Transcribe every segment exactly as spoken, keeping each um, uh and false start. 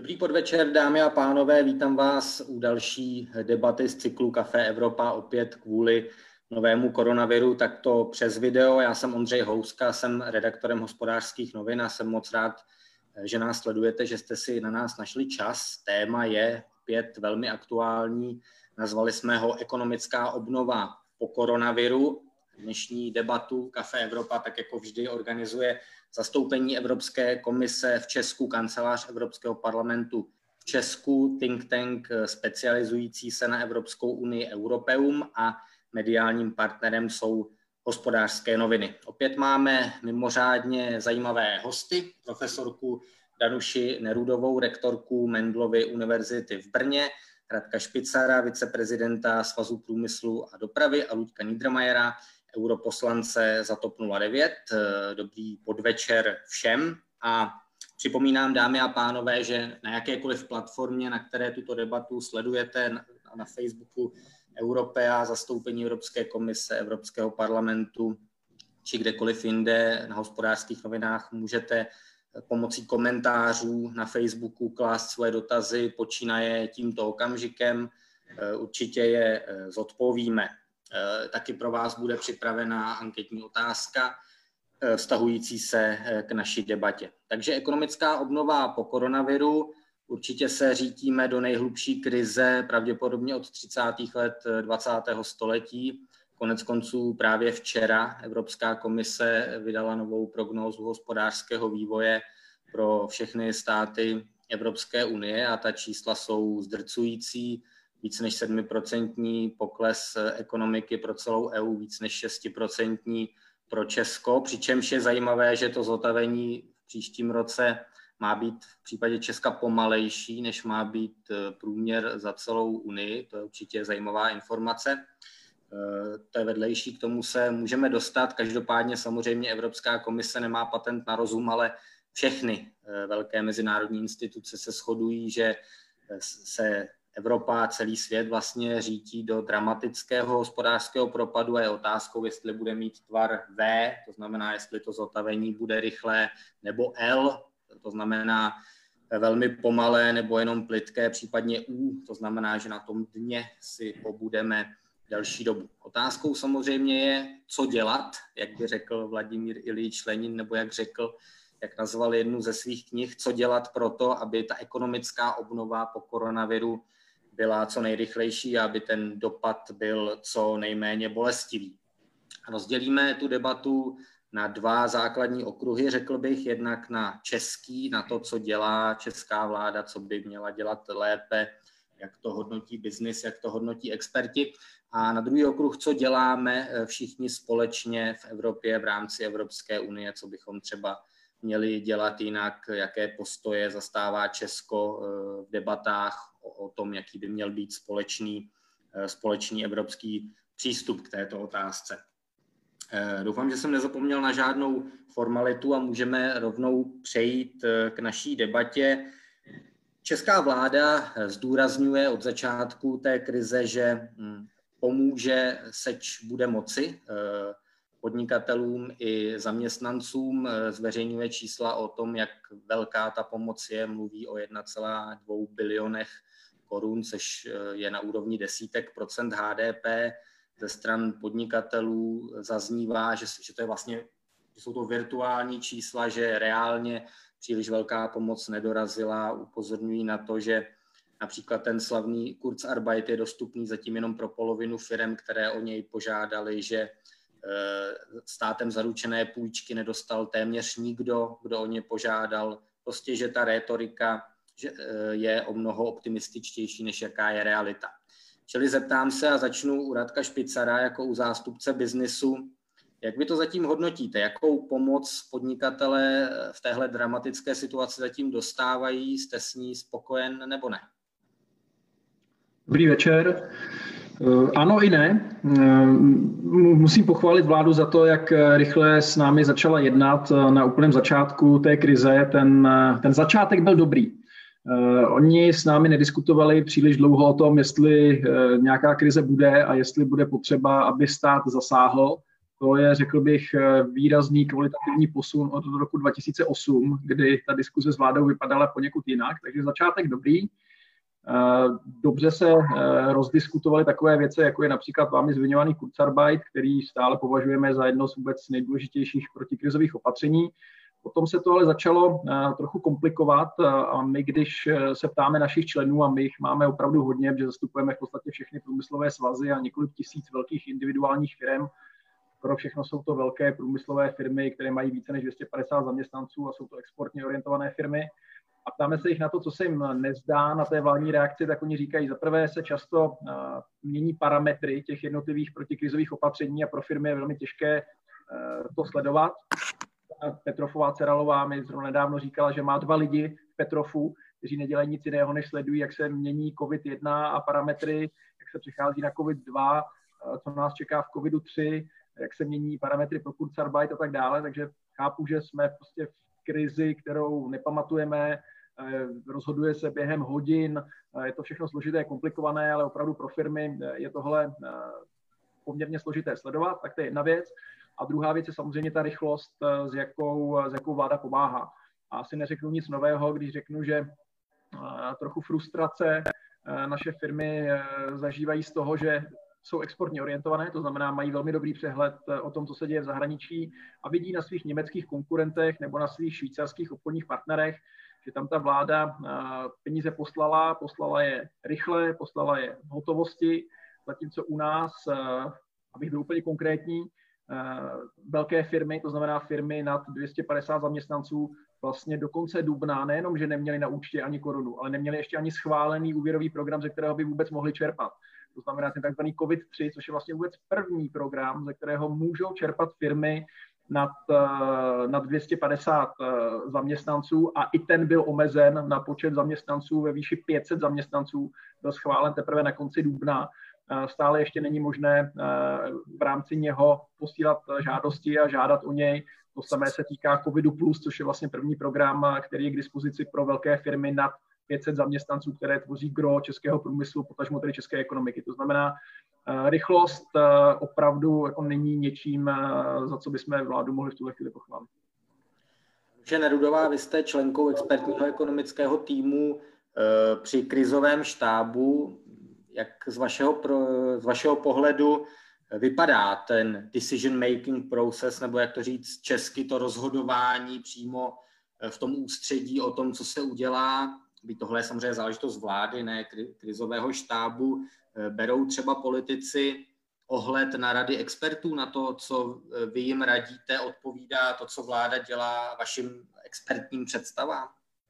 Dobrý podvečer, dámy a pánové, vítám vás u další debaty z cyklu Café Evropa, opět kvůli novému koronaviru, tak to přes video. Já jsem Ondřej Houska, jsem redaktorem Hospodářských novin a jsem moc rád, že nás sledujete, že jste si na nás našli čas. Téma je opět velmi aktuální, nazvali jsme ho Ekonomická obnova po koronaviru. Dnešní debatu Café Evropa, tak jako vždy, organizuje zastoupení Evropské komise v Česku, kancelář Evropského parlamentu v Česku, think tank specializující se na Evropskou unii Europeum a mediálním partnerem jsou Hospodářské noviny. Opět máme mimořádně zajímavé hosty, profesorku Danuši Nerudovou, rektorku Mendelovy univerzity v Brně, Radka Špicara, viceprezidenta Svazu průmyslu a dopravy a Luďka Niedermayera, europoslance za TOP nula devět. Dobrý podvečer všem a připomínám, dámy a pánové, že na jakékoliv platformě, na které tuto debatu sledujete, na, na Facebooku Europea, zastoupení Evropské komise, Evropského parlamentu či kdekoliv jinde na Hospodářských novinách, můžete pomocí komentářů na Facebooku klást svoje dotazy, počínaje tímto okamžikem, určitě je zodpovíme. Taky pro vás bude připravená anketní otázka vztahující se k naší debatě. Takže ekonomická obnova po koronaviru, určitě se řítíme do nejhlubší krize, pravděpodobně od třicátých let dvacátého století. Konec konců právě včera Evropská komise vydala novou prognózu hospodářského vývoje pro všechny státy Evropské unie a ta čísla jsou zdrcující. Víc než sedmiprocentní pokles ekonomiky pro celou E U, víc než šestiprocentní pro Česko, přičemž je zajímavé, že to zotavení v příštím roce má být v případě Česka pomalejší, než má být průměr za celou Unii. To je určitě zajímavá informace. To je vedlejší, k tomu se můžeme dostat. Každopádně samozřejmě Evropská komise nemá patent na rozum, ale všechny velké mezinárodní instituce se shodují, že se Evropa a celý svět vlastně řítí do dramatického hospodářského propadu a je otázkou, jestli bude mít tvar V, to znamená, jestli to zotavení bude rychlé, nebo L, to znamená velmi pomalé nebo jenom plytké, případně U, to znamená, že na tom dně si pobudeme další dobu. Otázkou samozřejmě je, co dělat, jak by řekl Vladimír Iljič Lenin, nebo jak řekl, jak nazval jednu ze svých knih, co dělat pro to, aby ta ekonomická obnova po koronaviru byla co nejrychlejší a aby ten dopad byl co nejméně bolestivý. Rozdělíme tu debatu na dva základní okruhy, řekl bych, jednak na český, na to, co dělá česká vláda, co by měla dělat lépe, jak to hodnotí biznis, jak to hodnotí experti, a na druhý okruh, co děláme všichni společně v Evropě v rámci Evropské unie, co bychom třeba měli dělat jinak, jaké postoje zastává Česko v debatách o, o tom, jaký by měl být společný, společný evropský přístup k této otázce. Doufám, že jsem nezapomněl na žádnou formalitu a můžeme rovnou přejít k naší debatě. Česká vláda zdůrazňuje od začátku té krize, že pomůže, seč bude moci, podnikatelům i zaměstnancům, zveřejňuje čísla o tom, jak velká ta pomoc je, mluví o jedna celá dvě bilionech korun, což je na úrovni desítek procent H D P. Ze stran podnikatelů zaznívá, že, že to je vlastně, že jsou to virtuální čísla, že reálně příliš velká pomoc nedorazila. Upozorňují na to, že například ten slavný Kurzarbeit je dostupný zatím jenom pro polovinu firem, které o něj požádali, že státem zaručené půjčky nedostal téměř nikdo, kdo o ně požádal. Prostě, že ta rétorika že je o mnoho optimističtější, než jaká je realita. Čili zeptám se a začnu u Radka Špicara jako u zástupce biznisu. Jak vy to zatím hodnotíte? Jakou pomoc podnikatelé v téhle dramatické situaci zatím dostávají? Jste s ní spokojen nebo ne? Dobrý večer. Ano i ne. Musím pochválit vládu za to, jak rychle s námi začala jednat na úplném začátku té krize. Ten, ten začátek byl dobrý. Oni s námi nediskutovali příliš dlouho o tom, jestli nějaká krize bude a jestli bude potřeba, aby stát zasáhl. to je, řekl bych, výrazný kvalitativní posun od roku dva tisíce osm, kdy ta diskuze s vládou vypadala poněkud jinak, takže začátek dobrý. Dobře se rozdiskutovaly takové věci, jako je například vámi zmiňovaný Kurzarbeit, který stále považujeme za jedno z vůbec nejdůležitějších protikrizových opatření. Potom se to ale začalo trochu komplikovat a my, když se ptáme našich členů, a my jich máme opravdu hodně, protože zastupujeme v podstatě všechny průmyslové svazy a několik tisíc velkých individuálních firm, skoro všechno jsou to velké průmyslové firmy, které mají více než dvě stě padesát zaměstnanců a jsou to exportně orientované firmy. A ptáme se jich na to, co se jim nezdá na té vládní reakci, tak oni říkají, za prvé se často uh, mění parametry těch jednotlivých protikrizových opatření a pro firmy je velmi těžké uh, to sledovat. Petrofová Ceralová mi zrovna nedávno říkala, že má dva lidi v Petrofu, kteří nedělají nic jiného, než sledují, jak se mění COVID jedna a parametry, jak se přechází na COVID dva, uh, co nás čeká v COVIDu tři, jak se mění parametry pro Kurzarbeit a tak dále. Takže chápu, že jsme prostě v krizi, kterou nepamatujeme, rozhoduje se během hodin, je to všechno složité, komplikované, ale opravdu pro firmy je tohle poměrně složité sledovat, tak to je jedna věc. A druhá věc je samozřejmě ta rychlost, s jakou, s jakou vláda pomáhá. A asi neřeknu nic nového, když řeknu, že trochu frustrace naše firmy zažívají z toho, že jsou exportně orientované, to znamená, mají velmi dobrý přehled o tom, co se děje v zahraničí a vidí na svých německých konkurentech nebo na svých švýcarských obchodních partnerech, že tam ta vláda peníze poslala, poslala je rychle, poslala je v hotovosti, zatímco u nás, abych byl úplně konkrétní, velké firmy, to znamená firmy nad dvě stě padesát zaměstnanců, vlastně do konce dubna nejenom, že neměli na účtě ani korunu, ale neměli ještě ani schválený úvěrový program, ze kterého by vůbec mohli čerpat. To znamená ten takzvaný COVID tři, což je vlastně vůbec první program, ze kterého můžou čerpat firmy nad, nad dvě stě padesát zaměstnanců a i ten byl omezen na počet zaměstnanců ve výši pět set zaměstnanců, byl schválen teprve na konci dubna. Stále ještě není možné v rámci něho posílat žádosti a žádat o něj. To samé se týká COVIDu plus, což je vlastně první program, který je k dispozici pro velké firmy nad pět set zaměstnanců, které tvoří gro českého průmyslu, potažmo tedy české ekonomiky. To znamená, rychlost opravdu jako není něčím, za co bychom vládu mohli v tuhle chvíli pochválit. Že Nerudová, vy jste členkou expertního ekonomického týmu při krizovém štábu. Jak z vašeho, z vašeho pohledu vypadá ten decision making process, nebo jak to říct česky, to rozhodování přímo v tom ústředí o tom, co se udělá? By tohle je samozřejmě záležitost vlády, ne krizového štábu. Berou třeba politici ohled na rady expertů, na to, co vy jim radíte, odpovídá to, co vláda dělá vašim expertním představám?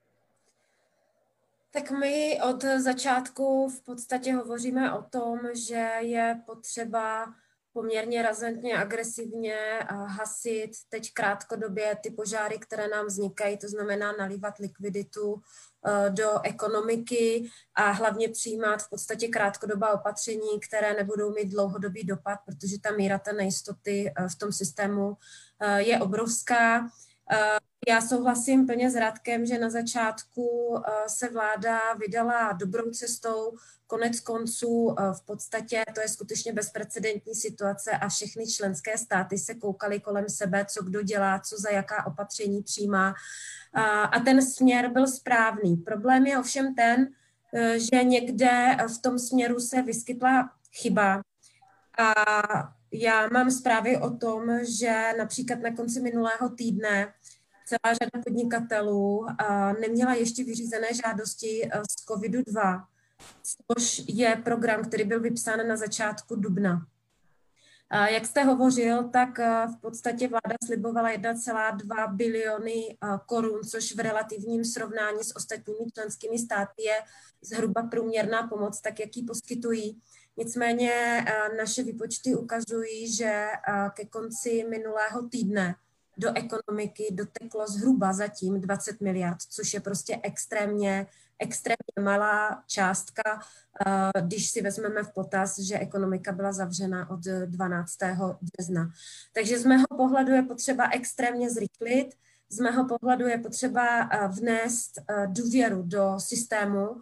Tak my od začátku v podstatě hovoříme o tom, že je potřeba poměrně razantně, agresivně hasit teď krátkodobě ty požáry, které nám vznikají, to znamená nalívat likviditu do ekonomiky a hlavně přijímat v podstatě krátkodobá opatření, které nebudou mít dlouhodobý dopad, protože ta míra té nejistoty v tom systému je obrovská. Já souhlasím plně s Radkem, že na začátku se vláda vydala dobrou cestou, konec konců v podstatě to je skutečně bezprecedentní situace a všechny členské státy se koukaly kolem sebe, co kdo dělá, co za jaká opatření přijímá a ten směr byl správný. Problém je ovšem ten, že někde v tom směru se vyskytla chyba a já mám zprávy o tom, že například na konci minulého týdne celá řada podnikatelů neměla ještě vyřízené žádosti z covidu dva, což je program, který byl vypsán na začátku dubna. Jak jste hovořil, tak v podstatě vláda slibovala jedna celá dva biliony korun, což v relativním srovnání s ostatními členskými státy je zhruba průměrná pomoc, tak jak ji poskytují. Nicméně naše výpočty ukazují, že ke konci minulého týdne do ekonomiky doteklo zhruba zatím dvacet miliard, což je prostě extrémně, extrémně malá částka, když si vezmeme v potaz, že ekonomika byla zavřena od dvanáctého března. Takže z mého pohledu je potřeba extrémně zrychlit, z mého pohledu je potřeba vnést důvěru do systému,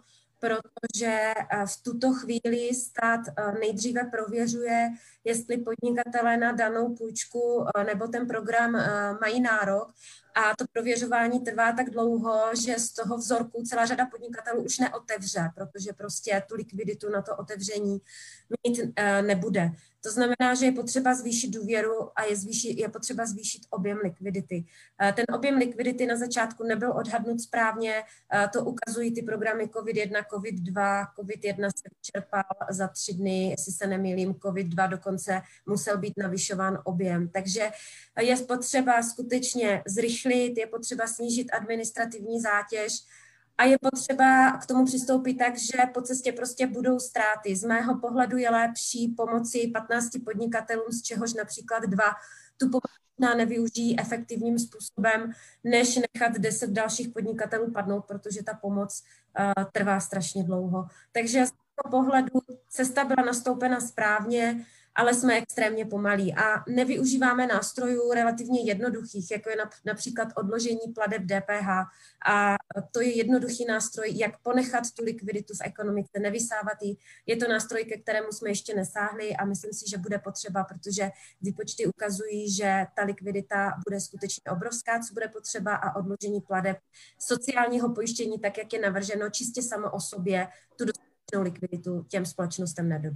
protože v tuto chvíli stát nejdříve prověřuje, jestli podnikatelé na danou půjčku nebo ten program mají nárok. A to prověřování trvá tak dlouho, že z toho vzorku celá řada podnikatelů už neotevře, protože prostě tu likviditu na to otevření mít nebude. To znamená, že je potřeba zvýšit důvěru a je, zvýšit, je potřeba zvýšit objem likvidity. Ten objem likvidity na začátku nebyl odhadnut správně, to ukazují ty programy COVID jedna, COVID dva. COVID jedna se vyčerpal za tři dny, jestli se nemýlím, COVID dva dokonce musel být navyšován objem. Takže je potřeba skutečně zrychlit, je potřeba snížit administrativní zátěž, a je potřeba k tomu přistoupit tak, že po cestě prostě budou ztráty. Z mého pohledu je lepší pomoci patnácti podnikatelům, z čehož například dva tu pomoc nevyužijí efektivním způsobem, než nechat deset dalších podnikatelů padnout, protože ta pomoc uh, trvá strašně dlouho. Takže z toho pohledu cesta byla nastoupena správně, ale jsme extrémně pomalí a nevyužíváme nástrojů relativně jednoduchých, jako je například odložení plateb D P H. A to je jednoduchý nástroj, jak ponechat tu likviditu v ekonomice, nevysávat ji. Je to nástroj, ke kterému jsme ještě nesáhli a myslím si, že bude potřeba, protože výpočty ukazují, že ta likvidita bude skutečně obrovská, co bude potřeba, a odložení plateb sociálního pojištění, tak jak je navrženo, čistě samo o sobě tu dostatečnou likviditu těm společnostem nedodá.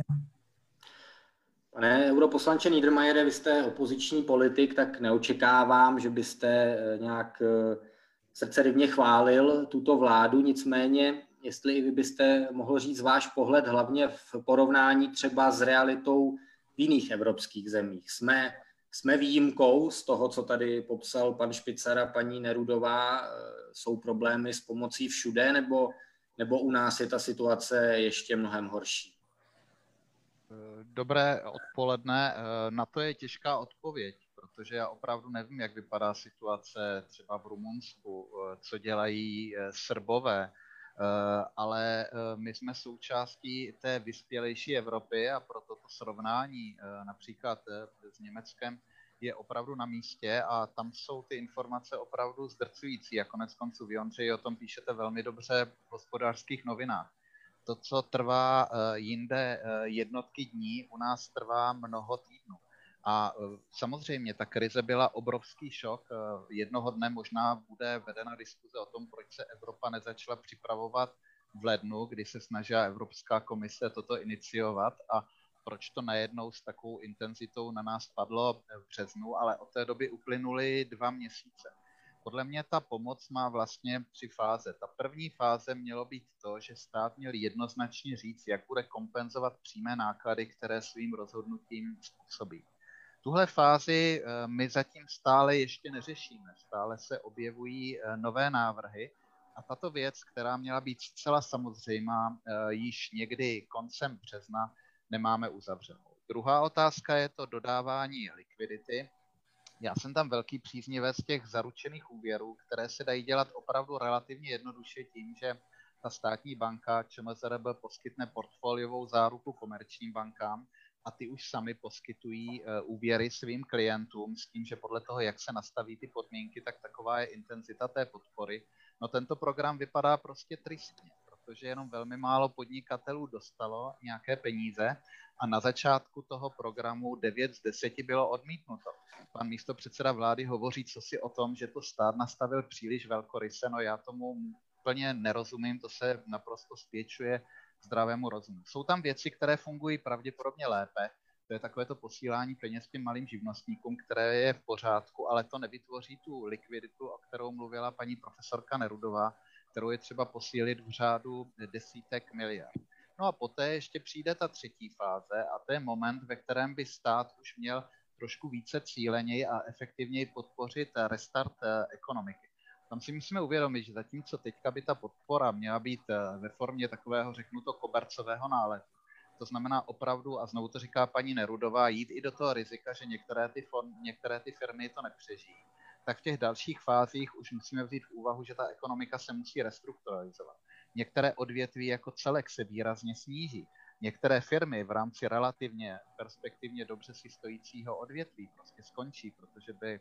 Pane europoslanče Niedermayere, vy jste opoziční politik, tak neočekávám, že byste nějak srdceryvně chválil tuto vládu. Nicméně, jestli i vy byste mohl říct váš pohled, hlavně v porovnání třeba s realitou v jiných evropských zemích. Jsme, jsme výjimkou z toho, co tady popsal pan Špicar a paní Nerudová. Jsou problémy s pomocí všude, nebo, nebo u nás je ta situace ještě mnohem horší? Dobré odpoledne. Na to je těžká odpověď, protože já opravdu nevím, jak vypadá situace třeba v Rumunsku, co dělají Srbové, ale my jsme součástí té vyspělejší Evropy a proto to srovnání například s Německem je opravdu na místě a tam jsou ty informace opravdu zdrcující a konec konců vy, Ondřej, o tom píšete velmi dobře v Hospodářských novinách. To, co trvá jinde jednotky dní, u nás trvá mnoho týdnů. A samozřejmě ta krize byla obrovský šok. Jednoho dne možná bude vedena diskuze o tom, proč se Evropa nezačala připravovat v lednu, kdy se snažila Evropská komise toto iniciovat a proč to najednou s takovou intenzitou na nás padlo v březnu, ale od té doby uplynuly dva měsíce. Podle mě ta pomoc má vlastně tři fáze. Ta první fáze mělo být to, že stát měl jednoznačně říct, jak bude kompenzovat přímé náklady, které svým rozhodnutím způsobí. Tuhle fázi my zatím stále ještě neřešíme. Stále se objevují nové návrhy a tato věc, která měla být zcela samozřejmá, již někdy koncem března nemáme uzavřenou. Druhá otázka je to dodávání likvidity. Já jsem tam velký příznivec těch zaručených úvěrů, které se dají dělat opravdu relativně jednoduše tím, že ta státní banka ČMZRB poskytne portfoliovou záruku komerčním bankám a ty už sami poskytují úvěry svým klientům s tím, že podle toho, jak se nastaví ty podmínky, tak taková je intenzita té podpory. No tento program vypadá prostě tristně, protože jenom velmi málo podnikatelů dostalo nějaké peníze a na začátku toho programu devět z deseti bylo odmítnuto. Pan místopředseda vlády hovoří cosi o tom, že to stát nastavil příliš velkoryse, no já tomu úplně nerozumím, to se naprosto spěčuje zdravému rozumu. Jsou tam věci, které fungují pravděpodobně lépe, to je takové to posílání peněz těm malým živnostníkům, které je v pořádku, ale to nevytvoří tu likviditu, o kterou mluvila paní profesorka Nerudová, kterou je třeba posílit v řádu desítek miliard. No a poté ještě přijde ta třetí fáze a to je moment, ve kterém by stát už měl trošku více cíleněji a efektivněji podpořit restart ekonomiky. Tam si musíme uvědomit, že zatímco teďka by ta podpora měla být ve formě takového, řeknu to, kobercového náletu, to znamená opravdu, a znovu to říká paní Nerudová, jít i do toho rizika, že některé ty, form, některé ty firmy to nepřežijí, tak v těch dalších fázích už musíme vzít v úvahu, že ta ekonomika se musí restrukturalizovat. Některé odvětví jako celek se výrazně sníží. Některé firmy v rámci relativně perspektivně dobře si stojícího odvětví prostě skončí, protože by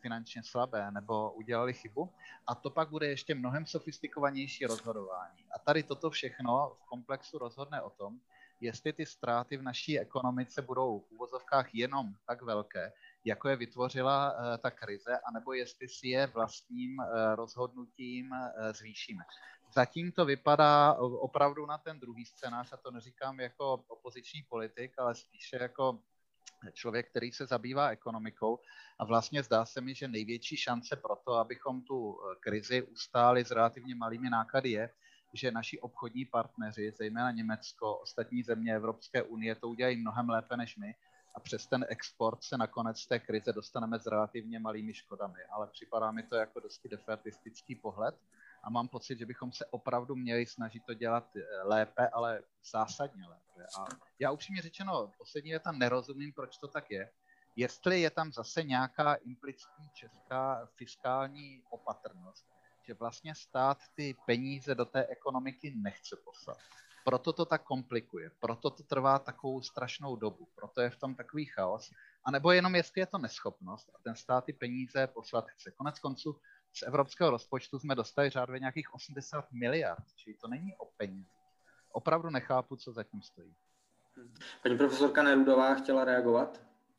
finančně slabé nebo udělali chybu. A to pak bude ještě mnohem sofistikovanější rozhodování. A tady toto všechno v komplexu rozhodne o tom, jestli ty ztráty v naší ekonomice budou v uvozovkách jenom tak velké, jako je vytvořila uh, ta krize, anebo jestli si je vlastním uh, rozhodnutím uh, zvýšíme. Zatím to vypadá opravdu na ten druhý scénář, a to neříkám jako opoziční politik, ale spíše jako člověk, který se zabývá ekonomikou, a vlastně zdá se mi, že největší šance pro to, abychom tu krizi ustáli s relativně malými náklady, je, že naši obchodní partneři, zejména Německo, ostatní země Evropské unie, to udělají mnohem lépe než my a přes ten export se nakonec z té krize dostaneme s relativně malými škodami. Ale připadá mi to jako dosti defetistický pohled a mám pocit, že bychom se opravdu měli snažit to dělat lépe, ale zásadně lépe. A já upřímně řečeno, poslední věta nerozumím, proč to tak je. Jestli je tam zase nějaká implicitní česká fiskální opatrnost, že vlastně stát ty peníze do té ekonomiky nechce poslat. Proto to tak komplikuje, proto to trvá takovou strašnou dobu, proto je v tom takový chaos. A nebo jenom jestli je to neschopnost a ten stát ty peníze poslat chce. Konec konců z evropského rozpočtu jsme dostali řádově nějakých osmdesát miliard, čili to není o peníze. Opravdu nechápu, co zatím stojí. Paní profesorka Nerudová chtěla reagovat?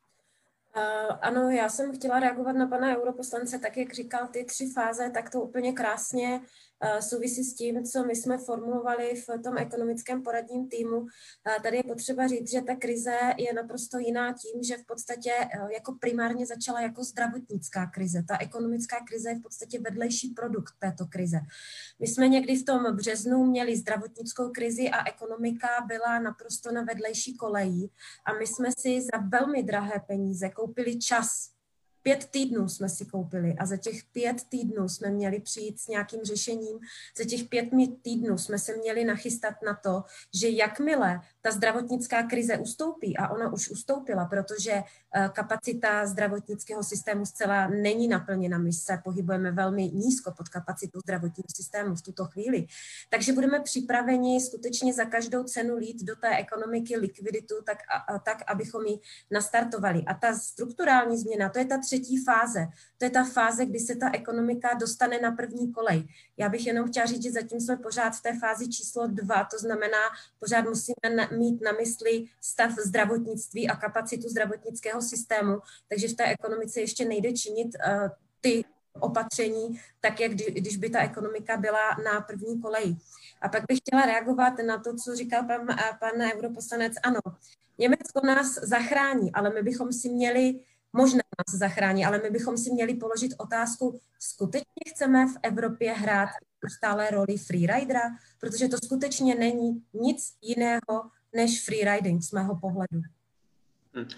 Uh, ano, já jsem chtěla reagovat na pana europoslance, tak jak říkal ty tři fáze, tak to úplně krásně uh, souvisí s tím, co my jsme formulovali v tom ekonomickém poradním týmu. Uh, tady je potřeba říct, že ta krize je naprosto jiná tím, že v podstatě uh, jako primárně začala jako zdravotnická krize. Ta ekonomická krize je v podstatě vedlejší produkt této krize. My jsme někdy v tom březnu měli zdravotnickou krizi a ekonomika byla naprosto na vedlejší koleji a my jsme si za velmi drahé peníze koupili čas. Pět týdnů jsme si koupili a za těch pět týdnů jsme měli přijít s nějakým řešením. Za těch pět týdnů jsme se měli nachystat na to, že jakmile ta zdravotnická krize ustoupí, a ona už ustoupila, protože kapacita zdravotnického systému zcela není naplněna, my se pohybujeme velmi nízko pod kapacitou zdravotního systému v tuto chvíli, takže budeme připraveni skutečně za každou cenu lít do té ekonomiky likviditu, tak, a, tak abychom ji nastartovali. A ta strukturální změna, to je ta třetí fáze. To je ta fáze, kdy se ta ekonomika dostane na první kolej. Já bych jenom chtěla říct, že zatím jsme pořád v té fázi číslo dva, to znamená, pořád musíme na, mít na mysli stav zdravotnictví a kapacitu zdravotnického systému, takže v té ekonomice ještě nejde činit uh, ty opatření, tak jak kdy, když by ta ekonomika byla na první koleji. A pak bych chtěla reagovat na to, co říkal pan, pan europoslanec. Ano, Německo nás zachrání, ale my bychom si měli možná nás zachrání, ale my bychom si měli položit otázku, skutečně chceme v Evropě hrát stále roli freeridera, protože to skutečně není nic jiného než freeriding z mého pohledu. Hmm.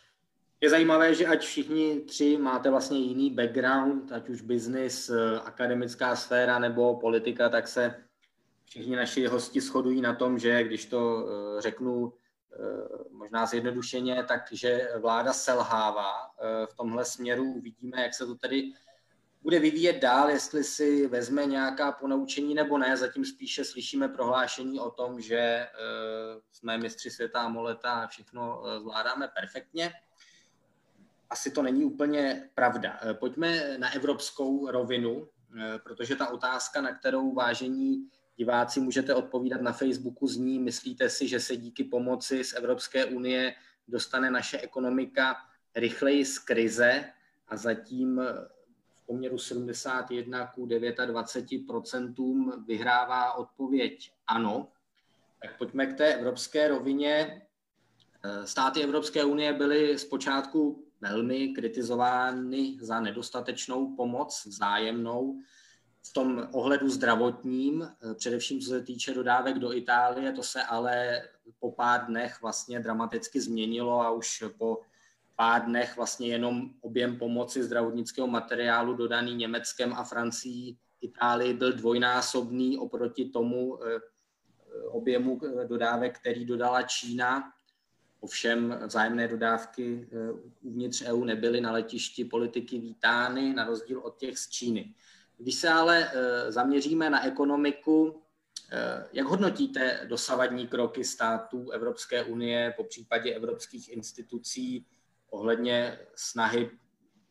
Je zajímavé, že ať všichni tři máte vlastně jiný background, ať už business, akademická sféra nebo politika, tak se všichni naši hosti shodují na tom, že když to řeknu možná zjednodušeně, takže vláda selhává v tomhle směru. Uvidíme, jak se to tedy bude vyvíjet dál, jestli si vezme nějaká ponaučení nebo ne. Zatím spíše slyšíme prohlášení o tom, že jsme mistři světa a moleta a všechno zvládáme perfektně. Asi to není úplně pravda. Pojďme na evropskou rovinu, protože ta otázka, na kterou vážení diváci můžete odpovídat na Facebooku, zní: myslíte si, že se díky pomoci z Evropské unie dostane naše ekonomika rychleji z krize? A zatím v poměru sedmdesát jedna ku dvacet devět procentům vyhrává odpověď ano. Tak pojďme k té evropské rovině. Státy Evropské unie byly zpočátku velmi kritizovány za nedostatečnou pomoc vzájemnou v tom ohledu zdravotním, především co se týče dodávek do Itálie. To se ale po pár dnech vlastně dramaticky změnilo a už po pár dnech vlastně jenom objem pomoci zdravotnického materiálu dodaný Německem a Francií Itálii byl dvojnásobný oproti tomu objemu dodávek, který dodala Čína. Ovšem vzájemné dodávky uvnitř E U nebyly na letišti politiky vítány, na rozdíl od těch z Číny. Když se ale zaměříme na ekonomiku, jak hodnotíte dosavadní kroky států Evropské unie, po případě evropských institucí ohledně snahy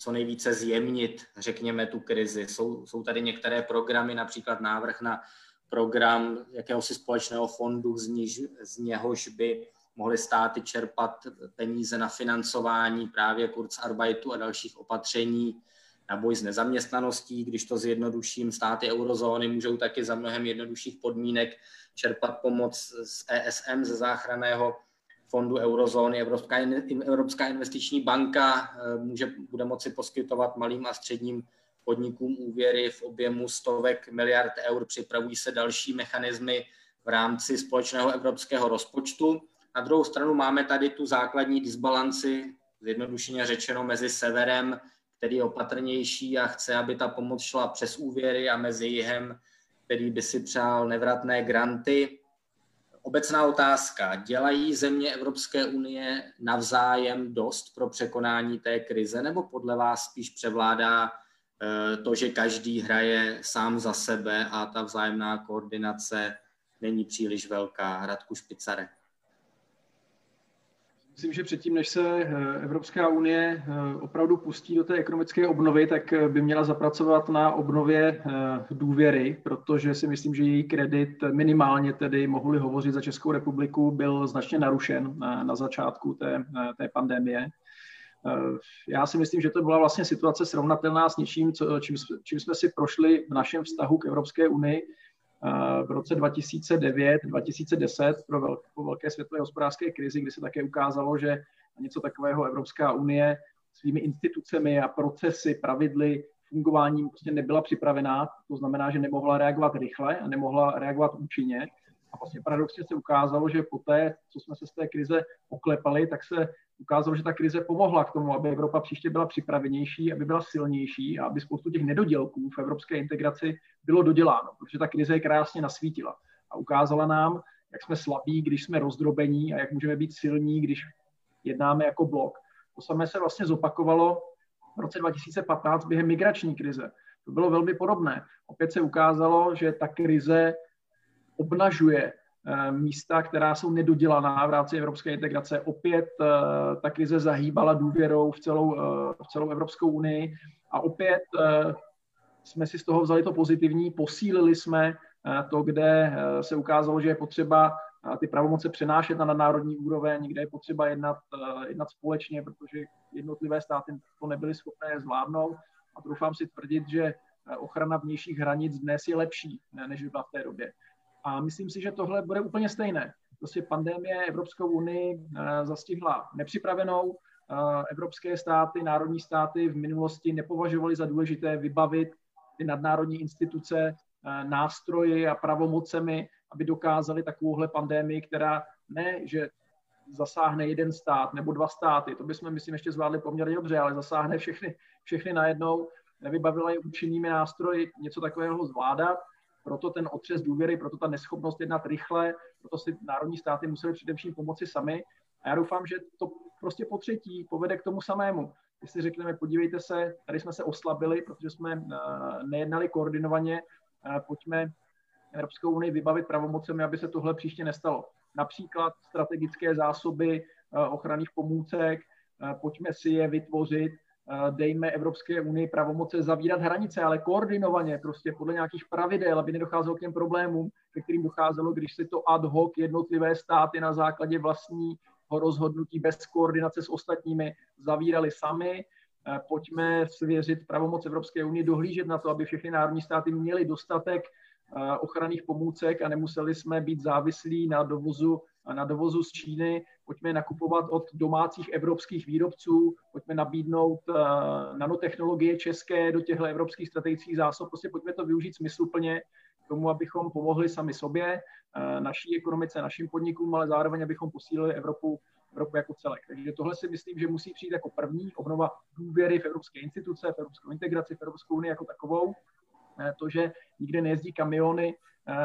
co nejvíce zjemnit, řekněme, tu krizi. Jsou, jsou tady některé programy, například návrh na program jakéhosi společného fondu, z, níž, z něhož by mohly státy čerpat peníze na financování právě Kurzarbeitu a dalších opatření na boj s nezaměstnaností. Když to zjednoduším, státy eurozóny můžou taky za mnohem jednodušších podmínek čerpat pomoc z E S M, ze záchranného fondu eurozóny. Evropská, Evropská investiční banka může, bude moci poskytovat malým a středním podnikům úvěry v objemu stovek miliard eur. Připravují se další mechanismy v rámci společného evropského rozpočtu. Na druhou stranu máme tady tu základní disbalanci, zjednodušeně řečeno, mezi severem, který je opatrnější a chce, aby ta pomoc šla přes úvěry, a mezi jihem, který by si přál nevratné granty. Obecná otázka. Dělají země Evropské unie navzájem dost pro překonání té krize, nebo podle vás spíš převládá to, že každý hraje sám za sebe a ta vzájemná koordinace není příliš velká? Radku Špicarek. Myslím, že předtím, než se Evropská unie opravdu pustí do té ekonomické obnovy, tak by měla zapracovat na obnově důvěry, protože si myslím, že její kredit minimálně tedy, mohli hovořit za Českou republiku, byl značně narušen na, na začátku té, té pandemie. Já si myslím, že to byla vlastně situace srovnatelná s něčím, co, čím, čím jsme si prošli v našem vztahu k Evropské unii v roce dva tisíce devět dva tisíce deset pro velk, po velké světové hospodářské krizi, kdy se také ukázalo, že na něco takového Evropská unie svými institucemi a procesy, pravidly, fungováním prostě nebyla připravená. To znamená, že nemohla reagovat rychle a nemohla reagovat účinně. A vlastně paradoxně se ukázalo, že poté, co jsme se z té krize oklepali, tak se ukázalo, že ta krize pomohla k tomu, aby Evropa příště byla připravenější, aby byla silnější a aby spoustu těch nedodělků v evropské integraci bylo doděláno, protože ta krize je krásně nasvítila a ukázala nám, jak jsme slabí, když jsme rozdrobení, a jak můžeme být silní, když jednáme jako blok. To samé se vlastně zopakovalo v roce dva tisíce patnáct během migrační krize. To bylo velmi podobné. Opět se ukázalo, že ta krize obnažuje místa, která jsou nedodělaná v rámci evropské integrace. Opět ta krize zahýbala důvěrou v celou, v celou Evropskou unii a opět jsme si z toho vzali to pozitivní, posílili jsme to, kde se ukázalo, že je potřeba ty pravomoce přenášet na nadnárodní úroveň, kde je potřeba jednat, jednat společně, protože jednotlivé státy to nebyly schopné zvládnout, a doufám si tvrdit, že ochrana vnějších hranic dnes je lepší, než byla v té době. A myslím si, že tohle bude úplně stejné. Prostě pandemie Evropskou unii zastihla nepřipravenou. Evropské státy, národní státy v minulosti nepovažovaly za důležité vybavit ty nadnárodní instituce nástroji a pravomocemi, aby dokázali takovouhle pandemii, která ne, že zasáhne jeden stát nebo dva státy, to bychom, myslím, ještě zvládli poměrně dobře, ale zasáhne všechny, všechny najednou, nevybavila je účinnými nástroji něco takového zvládat. Proto ten otřes důvěry, proto ta neschopnost jednat rychle, proto si národní státy museli především pomoci sami. A já doufám, že to prostě po třetí povede k tomu samému. Když si řekneme, podívejte se, tady jsme se oslabili, protože jsme nejednali koordinovaně, pojďme Evropskou unii vybavit pravomocemi, aby se tohle příště nestalo. Například strategické zásoby ochranných pomůcek, pojďme si je vytvořit, dejme Evropské unii pravomoce zavírat hranice, ale koordinovaně, prostě podle nějakých pravidel, aby nedocházelo k těm problémům, ke kterým docházelo, když si to ad hoc jednotlivé státy na základě vlastního rozhodnutí bez koordinace s ostatními zavírali sami. Pojďme svěřit pravomoc Evropské unie dohlížet na to, aby všechny národní státy měly dostatek ochranných pomůcek a nemuseli jsme být závislí na dovozu, na dovozu z Číny. Pojďme nakupovat od domácích evropských výrobců, pojďme nabídnout nanotechnologie české do těchto evropských strategických zásob. Prostě pojďme to využít smysluplně k tomu, abychom pomohli sami sobě, naší ekonomice, našim podnikům, ale zároveň abychom posílili Evropu, Evropu jako celek. Takže tohle si myslím, že musí přijít jako první, obnova důvěry v evropské instituce, v evropskou integraci, v Evropskou unii jako takovou. To, že nikde nejezdí kamiony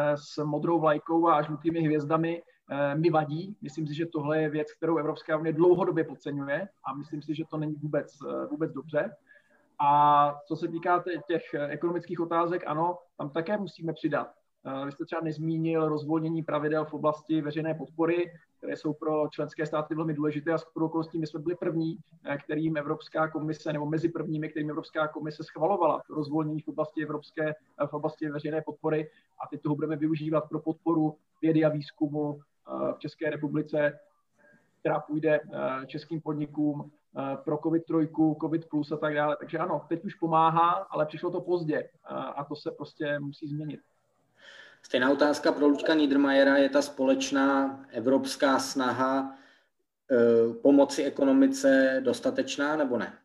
s modrou vlajkou a žlutými hvězdami, mi vadí. Myslím si, že tohle je věc, kterou Evropská unie dlouhodobě podceňuje a myslím si, že to není vůbec, vůbec dobře. A co se týká těch ekonomických otázek, ano, tam také musíme přidat. Vy jste třeba nezmínil rozvolnění pravidel v oblasti veřejné podpory, které jsou pro členské státy velmi důležité a shodou okolností my jsme byli první, kterým Evropská komise, nebo mezi prvními, kterým Evropská komise schvalovala rozvolnění v oblasti evropské, v oblasti veřejné podpory a teď toho budeme využívat pro podporu vědy a výzkumu v České republice, která půjde českým podnikům pro COVID tři, COVID plus a tak dále. Takže ano, teď už pomáhá, ale přišlo to pozdě a to se prostě musí změnit. Stejná otázka pro Luďka Niedermayera. Je ta společná evropská snaha e, pomoci ekonomice dostatečná nebo ne?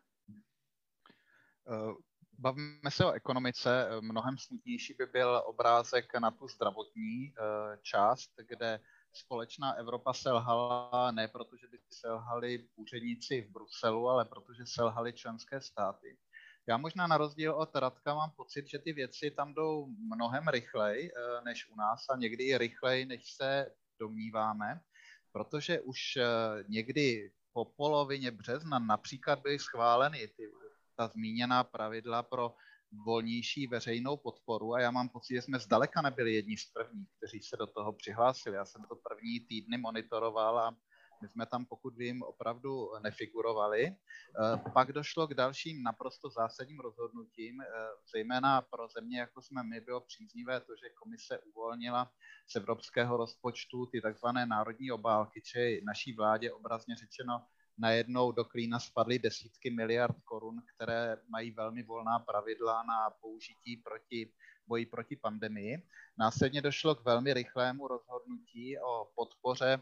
Bavíme se o ekonomice. Mnohem smutnější by byl obrázek na tu zdravotní část, kde společná Evropa selhala ne proto, že by selhali úředníci v Bruselu, ale protože selhali členské státy. Já možná na rozdíl od Radka mám pocit, že ty věci tam jdou mnohem rychleji než u nás a někdy i rychleji, než se domníváme, protože už někdy po polovině března například byly schváleny ty, ta zmíněná pravidla pro volnější veřejnou podporu a já mám pocit, že jsme zdaleka nebyli jedni z prvních, kteří se do toho přihlásili. Já jsem to první týdny monitoroval a my jsme tam, pokud vím, opravdu nefigurovali. Pak došlo k dalším naprosto zásadním rozhodnutím, zejména pro země, jako jsme my, bylo příznivé to, že komise uvolnila z evropského rozpočtu ty takzvané národní obálky, či naší vládě obrazně řečeno najednou do klína spadly desítky miliard korun, které mají velmi volná pravidla na použití proti boji proti pandemii. Následně došlo k velmi rychlému rozhodnutí o podpoře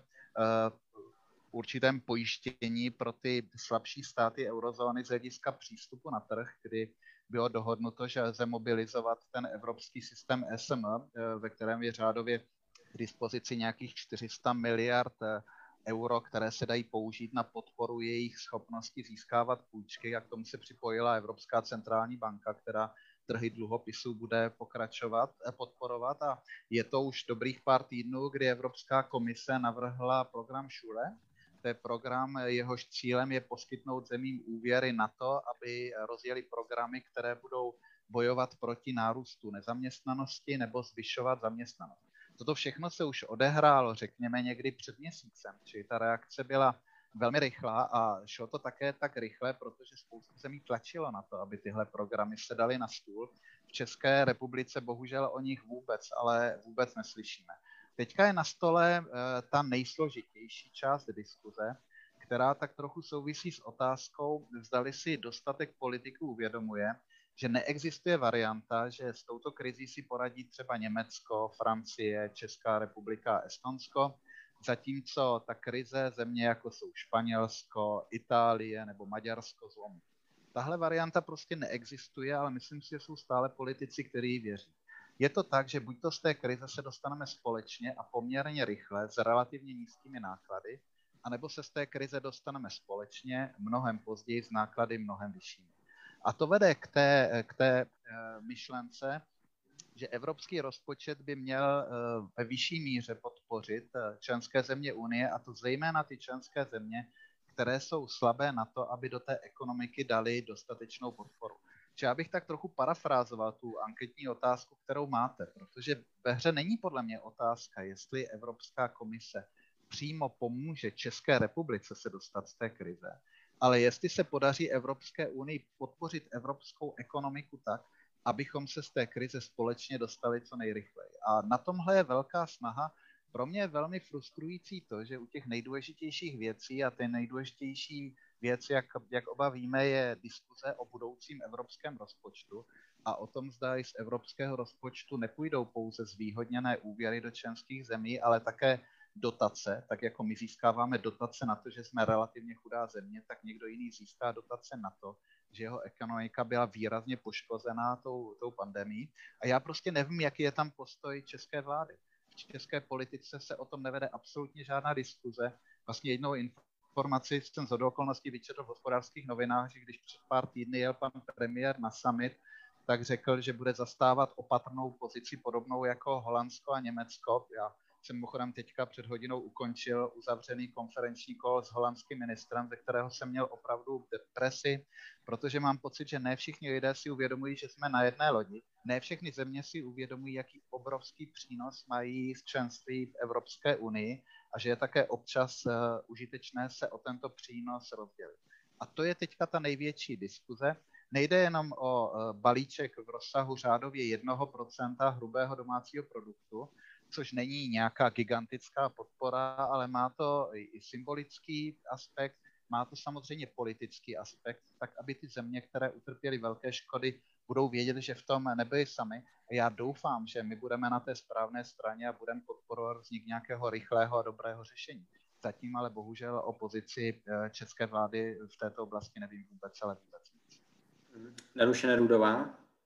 určitém pojištění pro ty slabší státy eurozóny z hlediska přístupu na trh, kdy bylo dohodnuto, že lze mobilizovat ten evropský systém E S M, ve kterém je řádově k dispozici nějakých čtyři sta miliard euro, které se dají použít na podporu jejich schopnosti získávat půjčky a k tomu se připojila Evropská centrální banka, která trhy dluhopisů bude pokračovat, podporovat a je to už dobrých pár týdnů, kdy Evropská komise navrhla program Šule. To je program, jehož cílem je poskytnout zemím úvěry na to, aby rozjeli programy, které budou bojovat proti nárůstu nezaměstnanosti nebo zvyšovat zaměstnanost. Toto všechno se už odehrálo, řekněme, někdy před měsícem, čili ta reakce byla velmi rychlá a šlo to také tak rychle, protože spousta zemí tlačilo na to, aby tyhle programy se daly na stůl. V České republice bohužel o nich vůbec, ale vůbec neslyšíme. Teďka je na stole e, ta nejsložitější část diskuze, která tak trochu souvisí s otázkou, zdali si dostatek politiků uvědomuje, že neexistuje varianta, že s touto krizí si poradí třeba Německo, Francie, Česká republika a Estonsko, zatímco ta krize země, jako jsou Španělsko, Itálie nebo Maďarsko, zlomí. Tahle varianta prostě neexistuje, ale myslím si, že jsou stále politici, kteří věří. Je to tak, že buď to z té krize se dostaneme společně a poměrně rychle s relativně nízkými náklady, anebo se z té krize dostaneme společně mnohem později s náklady mnohem vyššími. A to vede k té, k té myšlence, že evropský rozpočet by měl ve vyšší míře podpořit členské země Unie, a to zejména ty členské země, které jsou slabé na to, aby do té ekonomiky dali dostatečnou podporu. Čiže já bych tak trochu parafrázoval tu anketní otázku, kterou máte, protože ve hře není podle mě otázka, jestli Evropská komise přímo pomůže České republice se dostat z té krize, ale jestli se podaří Evropské unii podpořit evropskou ekonomiku tak, abychom se z té krize společně dostali co nejrychleji. A na tomhle je velká snaha. Pro mě je velmi frustrující to, že u těch nejdůležitějších věcí, a ten nejdůležitější věc, jak, jak oba víme, je diskuze o budoucím evropském rozpočtu a o tom, zda i z evropského rozpočtu nepůjdou pouze zvýhodněné úvěry do členských zemí, ale také dotace, tak jako my získáváme dotace na to, že jsme relativně chudá země, tak někdo jiný získá dotace na to, že jeho ekonomika byla výrazně poškozená tou, tou pandemií. A já prostě nevím, jaký je tam postoj české vlády. V české politice se o tom nevede absolutně žádná diskuze. Vlastně jednou informaci jsem z okolností vyčetl v Hospodářských novinách, že když před pár týdny jel pan premiér na summit, tak řekl, že bude zastávat opatrnou pozici podobnou jako Holandsko a Německo. Já jsem mimochodem teďka před hodinou ukončil uzavřený konferenční kol s holandským ministrem, ze kterého jsem měl opravdu depresi, protože mám pocit, že ne všichni lidé si uvědomují, že jsme na jedné lodi. Ne všechny země si uvědomují, jaký obrovský přínos mají z členství v Evropské unii a že je také občas uh, užitečné se o tento přínos rozdělit. A to je teďka ta největší diskuze. Nejde jenom o uh, balíček v rozsahu řádově jednoho procenta hrubého domácího produktu, což není nějaká gigantická podpora, ale má to i symbolický aspekt, má to samozřejmě politický aspekt, tak aby ty země, které utrpěly velké škody, budou vědět, že v tom nebyli sami. A já doufám, že my budeme na té správné straně a budeme podporovat vznik nějakého rychlého a dobrého řešení. Zatím ale bohužel o pozici české vlády v této oblasti nevím vůbec, ale vůbec nic. Danuše Nerudová.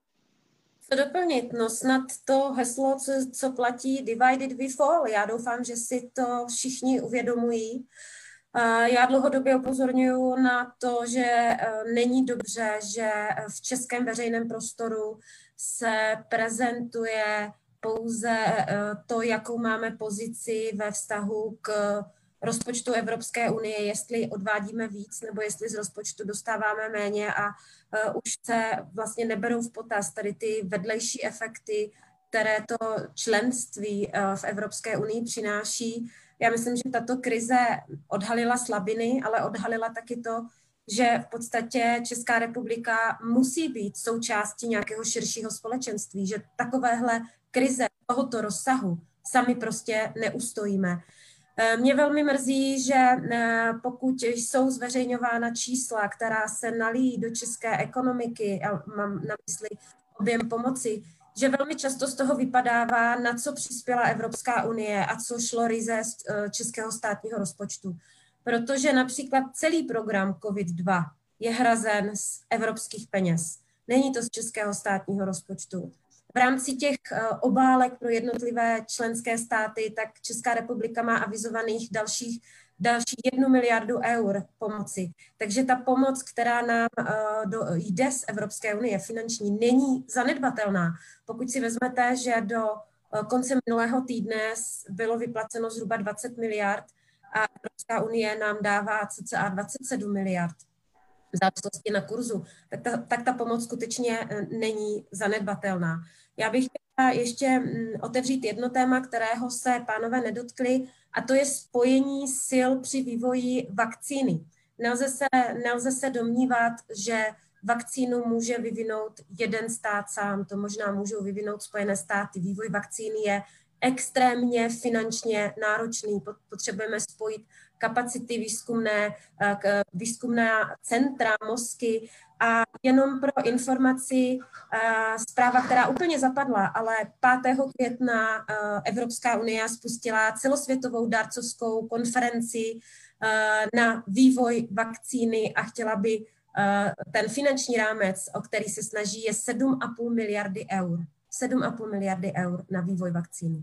Co doplnit? No snad to heslo, co, co platí divided we fall. Já doufám, že si to všichni uvědomují. Já dlouhodobě upozorňuji na to, že není dobře, že v českém veřejném prostoru se prezentuje pouze to, jakou máme pozici ve vztahu k rozpočtu Evropské unie, jestli odvádíme víc nebo jestli z rozpočtu dostáváme méně a uh, už se vlastně neberou v potaz tady ty vedlejší efekty, které to členství uh, v Evropské unii přináší. Já myslím, že tato krize odhalila slabiny, ale odhalila taky to, že v podstatě Česká republika musí být součástí nějakého širšího společenství, že takovéhle krize tohoto rozsahu sami prostě neustojíme. Mě velmi mrzí, že pokud jsou zveřejňována čísla, která se nalíjí do české ekonomiky, a mám na mysli objem pomoci, že velmi často z toho vypadává, na co přispěla Evropská unie a co šlo ryze z českého státního rozpočtu. Protože například celý program COVID dva je hrazen z evropských peněz. Není to z českého státního rozpočtu. V rámci těch obálek pro jednotlivé členské státy, tak Česká republika má avizovaných dalších, další jednu miliardu eur pomoci. Takže ta pomoc, která nám do, jde z Evropské unie, finanční, není zanedbatelná. Pokud si vezmete, že do konce minulého týdne bylo vyplaceno zhruba dvacet miliard a Evropská unie nám dává cca dvacet sedm miliard v závislosti na kurzu, tak ta, tak ta pomoc skutečně není zanedbatelná. Já bych chtěla ještě otevřít jedno téma, kterého se pánové nedotkli, a to je spojení sil při vývoji vakcíny. Nelze se, nelze se domnívat, že vakcínu může vyvinout jeden stát sám, to možná můžou vyvinout Spojené státy. Vývoj vakcíny je extrémně finančně náročný. Potřebujeme spojit kapacity výzkumné, výzkumná centra, mozky. A jenom pro informaci, zpráva, která úplně zapadla, ale pátého května Evropská unie spustila celosvětovou dárcovskou konferenci na vývoj vakcíny a chtěla by ten finanční rámec, o který se snaží, je sedm a půl miliardy eur. sedm a půl miliardy eur na vývoj vakcíny.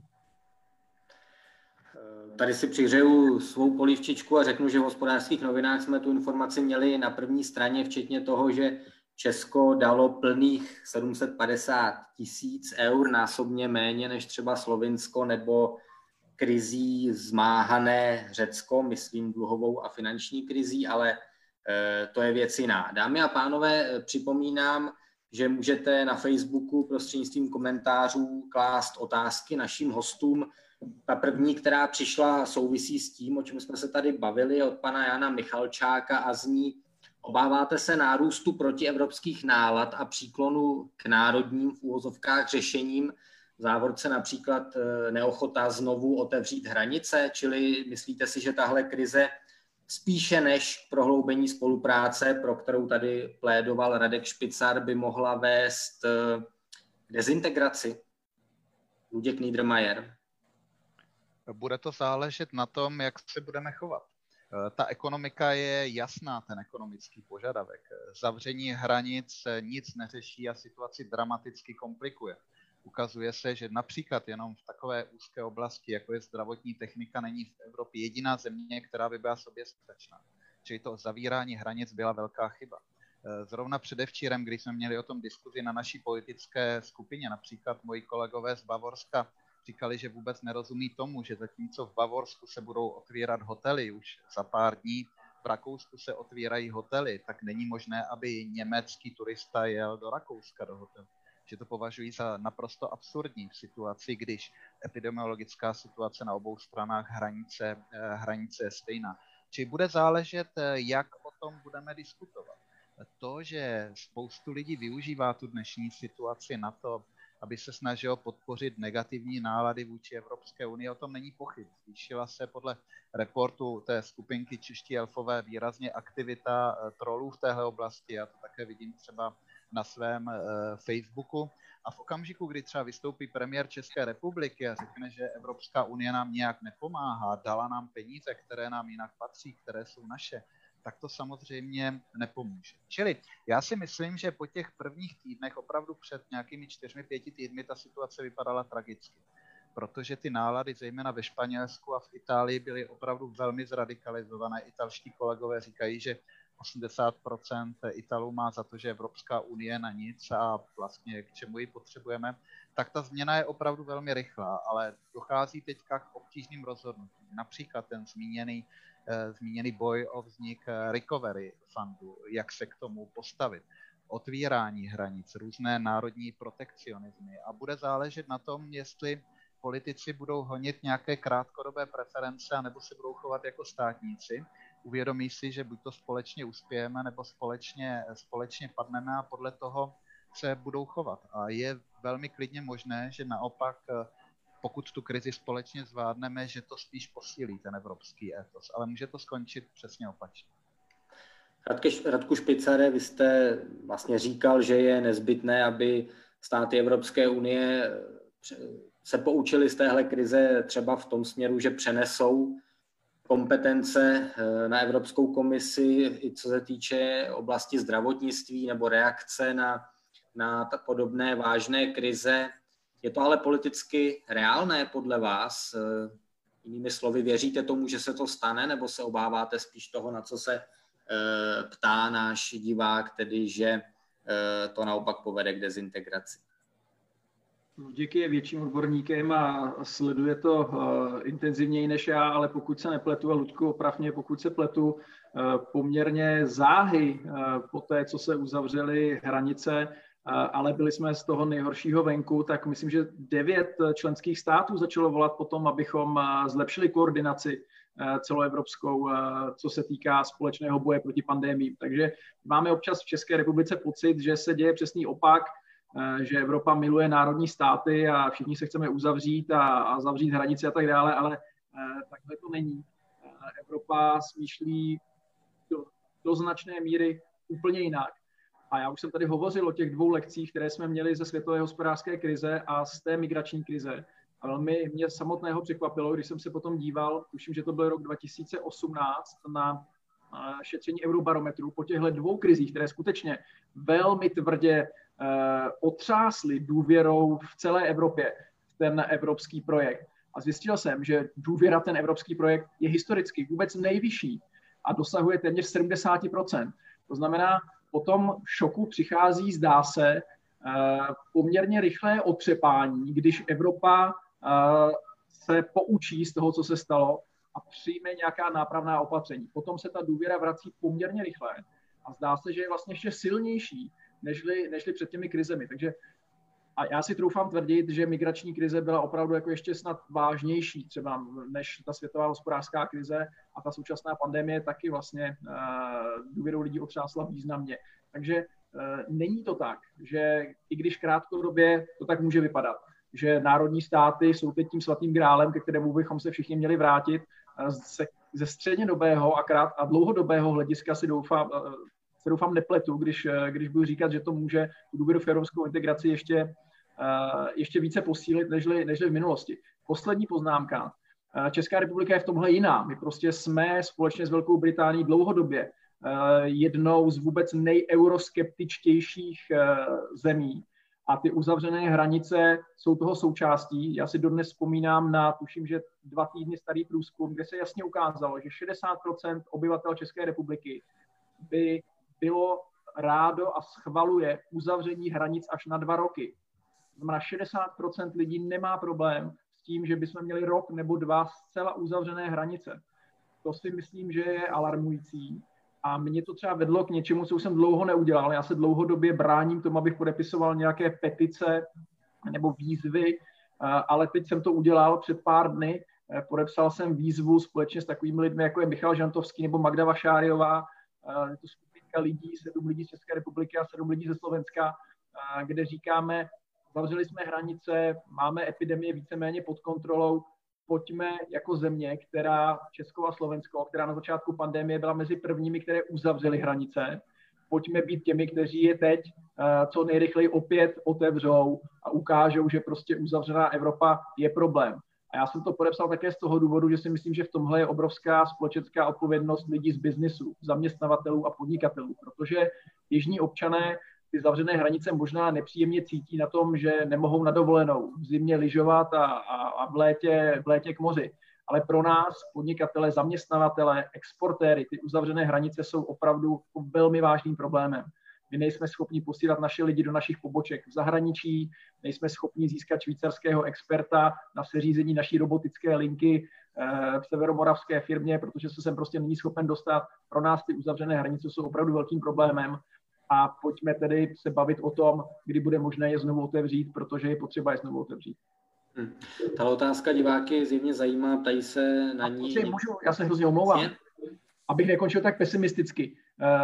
Tady si přihřeju svou polívčičku a řeknu, že v Hospodářských novinách jsme tu informaci měli na první straně, včetně toho, že Česko dalo plných sedm set padesát tisíc eur, násobně méně než třeba Slovinsko nebo krizí zmáhané Řecko, myslím dluhovou a finanční krizí, ale to je věc jiná. Dámy a pánové, připomínám, že můžete na Facebooku prostřednictvím komentářů klást otázky našim hostům. Ta první, která přišla, souvisí s tím, o čem jsme se tady bavili, od pana Jana Michalčáka a zní: obáváte se nárůstu protievropských nálad a příklonu k národním v úvozovkách řešením, v závorce například neochota znovu otevřít hranice, čili myslíte si, že tahle krize spíše než k prohloubení spolupráce, pro kterou tady plédoval Radek Špicar, by mohla vést k dezintegraci? Luděk Niedermayer. Bude to záležet na tom, jak se budeme chovat. Ta ekonomika je jasná, ten ekonomický požadavek. Zavření hranic nic neřeší a situaci dramaticky komplikuje. Ukazuje se, že například jenom v takové úzké oblasti, jako je zdravotní technika, není v Evropě jediná země, která by byla soběstačná. Čili to zavírání hranic byla velká chyba. Zrovna předevčírem, když jsme měli o tom diskuzi na naší politické skupině, například moji kolegové z Bavorska říkali, že vůbec nerozumí tomu, že zatímco v Bavorsku se budou otvírat hotely už za pár dní, v Rakousku se otvírají hotely, tak není možné, aby německý turista jel do Rakouska do hotelu. Že to považují za naprosto absurdní v situaci, když epidemiologická situace na obou stranách hranice, hranice je stejná. Čili bude záležet, jak o tom budeme diskutovat. To, že spoustu lidí využívá tu dnešní situaci na to, aby se snažilo podpořit negativní nálady vůči Evropské unii, o tom není pochyb. Zvýšila se podle reportu té skupinky Čeští elfové výrazně aktivita trolů v téhle oblasti. Já to také vidím třeba na svém uh, Facebooku. A v okamžiku, kdy třeba vystoupí premiér České republiky a řekne, že Evropská unie nám nějak nepomáhá, dala nám peníze, které nám jinak patří, které jsou naše, tak to samozřejmě nepomůže. Čili já si myslím, že po těch prvních týdnech, opravdu před nějakými čtyřmi, pěti týdny, ta situace vypadala tragicky. Protože ty nálady, zejména ve Španělsku a v Itálii, byly opravdu velmi zradikalizované. Italští kolegové říkají, že osmdesát procent Italů má za to, že Evropská unie na nic a vlastně k čemu ji potřebujeme, tak ta změna je opravdu velmi rychlá, ale dochází teďka k obtížným rozhodnutím. Například ten zmíněný, eh, zmíněný boj o vznik recovery fundu, jak se k tomu postavit, otvírání hranic, různé národní protekcionismy a bude záležet na tom, jestli politici budou honit nějaké krátkodobé preference anebo se budou chovat jako státníci. Uvědomí si, že buď to společně uspějeme, nebo společně, společně padneme a podle toho se budou chovat. A je velmi klidně možné, že naopak, pokud tu krizi společně zvládneme, že to spíš posílí ten evropský étos. Ale může to skončit přesně opačně. Radku Špicare, vy jste vlastně říkal, že je nezbytné, aby státy Evropské unie se poučili z téhle krize třeba v tom směru, že přenesou kompetence na Evropskou komisi, i co se týče oblasti zdravotnictví nebo reakce na, na podobné vážné krize. Je to ale politicky reálné podle vás? Jinými slovy, věříte tomu, že se to stane, nebo se obáváte spíš toho, na co se ptá náš divák, tedy že to naopak povede k dezintegraci? Díky je větším odborníkem a sleduje to uh, intenzivněji než já, ale pokud se nepletu, a Ludku, oprav mě, pokud se pletu, uh, poměrně záhy uh, po té, co se uzavřely hranice, uh, ale byli jsme z toho nejhoršího venku, tak myslím, že devět členských států začalo volat potom, abychom uh, zlepšili koordinaci uh, celoevropskou, uh, co se týká společného boje proti pandemii. Takže máme občas v České republice pocit, že se děje přesný opak, že Evropa miluje národní státy a všichni se chceme uzavřít a, a zavřít hranice a tak dále, ale eh, takhle to není. Evropa smýšlí do, do značné míry úplně jinak. A já už jsem tady hovořil o těch dvou lekcích, které jsme měli ze světové hospodářské krize a z té migrační krize. A velmi mě samotného překvapilo, když jsem se potom díval, tuším, že to byl rok dva tisíce osmnáct, na šetření Eurobarometru po těchto dvou krizích, které skutečně velmi tvrdě otřásly důvěrou v celé Evropě v ten evropský projekt. A zjistil jsem, že důvěra v ten evropský projekt je historicky vůbec nejvyšší a dosahuje téměř sedmdesát procent. To znamená, po tom šoku přichází, zdá se, poměrně rychlé otřepání, když Evropa se poučí z toho, co se stalo a přijme nějaká nápravná opatření. Potom se ta důvěra vrací poměrně rychle a zdá se, že je vlastně ještě silnější, nežli, nežli před těmi krizemi. Takže a já si troufám tvrdit, že migrační krize byla opravdu jako ještě snad vážnější třeba než ta světová hospodářská krize a ta současná pandemie taky vlastně uh, důvěrou lidí otřásla významně. Takže uh, není to tak, že i když krátkodobě to tak může vypadat, že národní státy jsou teď tím svatým grálem, ke kterému bychom se všichni měli vrátit, uh, se, ze střednědobého a, krát, a dlouhodobého hlediska si doufám, uh, se doufám nepletu, když, když budu říkat, že to může tu důvěru v evropskou integraci ještě, uh, ještě více posílit, nežli, nežli v minulosti. Poslední poznámka. Uh, Česká republika je v tomhle jiná. My prostě jsme společně s Velkou Británií dlouhodobě uh, jednou z vůbec nejeuroskeptičtějších uh, zemí. A ty uzavřené hranice jsou toho součástí. Já si dodnes vzpomínám na, tuším, že dva týdny starý průzkum, kde se jasně ukázalo, že šedesát procent obyvatel České republiky by bylo rádo a schvaluje uzavření hranic až na dva roky. To znamená, šedesát procent lidí nemá problém s tím, že bychom měli rok nebo dva zcela uzavřené hranice. To si myslím, že je alarmující. A mě to třeba vedlo k něčemu, co už jsem dlouho neudělal. Já se dlouhodobě bráním tomu, abych podepisoval nějaké petice nebo výzvy, ale teď jsem to udělal před pár dny. Podepsal jsem výzvu společně s takovými lidmi, jako je Michal Žantovský nebo Magda Vašáriová. Je to skupinka lidí, sedm lidí z České republiky a sedm lidí ze Slovenska, kde říkáme, zavřeli jsme hranice, máme epidemie víceméně pod kontrolou, pojďme jako země, která, Česko a Slovensko, která na začátku pandemie byla mezi prvními, které uzavřely hranice, pojďme být těmi, kteří je teď co nejrychleji opět otevřou a ukážou, že prostě uzavřená Evropa je problém. A já jsem to podepsal také z toho důvodu, že si myslím, že v tomhle je obrovská společenská odpovědnost lidí z biznisu, zaměstnavatelů a podnikatelů, protože běžní občané ty zavřené hranice možná nepříjemně cítí na tom, že nemohou na dovolenou v zimě lyžovat a, a, a v, létě, v létě k moři. Ale pro nás, podnikatele, zaměstnavatele, exportéry, ty uzavřené hranice jsou opravdu velmi vážným problémem. My nejsme schopni posílat naše lidi do našich poboček v zahraničí, nejsme schopni získat švýcarského experta na seřízení naší robotické linky v severomoravské firmě, protože se sem prostě není schopen dostat. Pro nás ty uzavřené hranice jsou opravdu velkým problémem. A pojďme tedy se bavit o tom, kdy bude možné je znovu otevřít, protože je potřeba je znovu otevřít. Hmm. Ta otázka diváky zjevně zajímá, ptají se na ní... A můžu, já se hrozně omlouvám, je? Abych nekončil tak pesimisticky.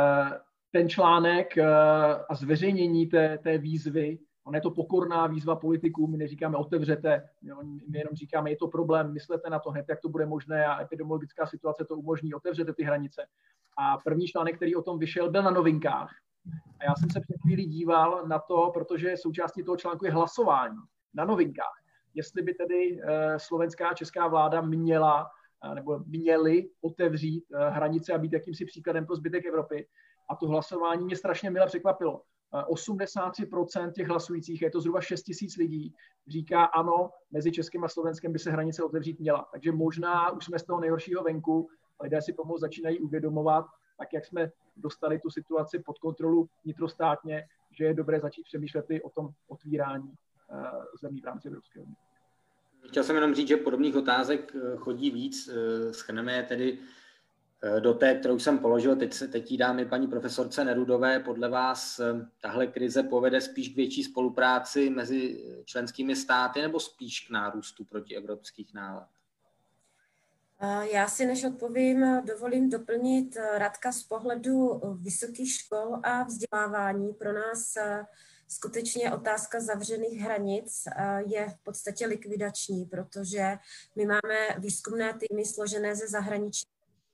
Ten článek a zveřejnění té, té výzvy, on je to pokorná výzva politiků, my neříkáme otevřete, my jenom říkáme, je to problém, myslete na to hned, jak to bude možné a epidemiologická situace to umožní, otevřete ty hranice. A první článek, který o tom vyšel, byl na Novinkách. A já jsem se před chvílí díval na to, protože součástí toho článku je hlasování na Novinkách. Jestli by tedy slovenská a česká vláda měla nebo měly otevřít hranice a být jakýmsi příkladem pro zbytek Evropy. A to hlasování mě strašně mile překvapilo. osmdesát tři procent těch hlasujících, je to zhruba šest tisíc lidí, říká ano, mezi Českem a Slovenskem by se hranice otevřít měla. Takže možná už jsme z toho nejhoršího venku, lidé si pomalu začínají uvědomovat, tak jak jsme dostali tu situaci pod kontrolu vnitrostátně, že je dobré začít přemýšlet i o tom otvírání zemí v rámci Evropské unie. Chtěl jsem jenom říct, že podobných otázek chodí víc. Shrneme je tedy do té, kterou jsem položil. Teď, se, teď jí dám i paní profesorce Nerudové. Podle vás tahle krize povede spíš k větší spolupráci mezi členskými státy nebo spíš k nárůstu protievropských nálad? Já si, než odpovím, dovolím doplnit, Radka, z pohledu vysokých škol a vzdělávání. Pro nás skutečně otázka zavřených hranic je v podstatě likvidační, protože my máme výzkumné týmy složené ze zahraničních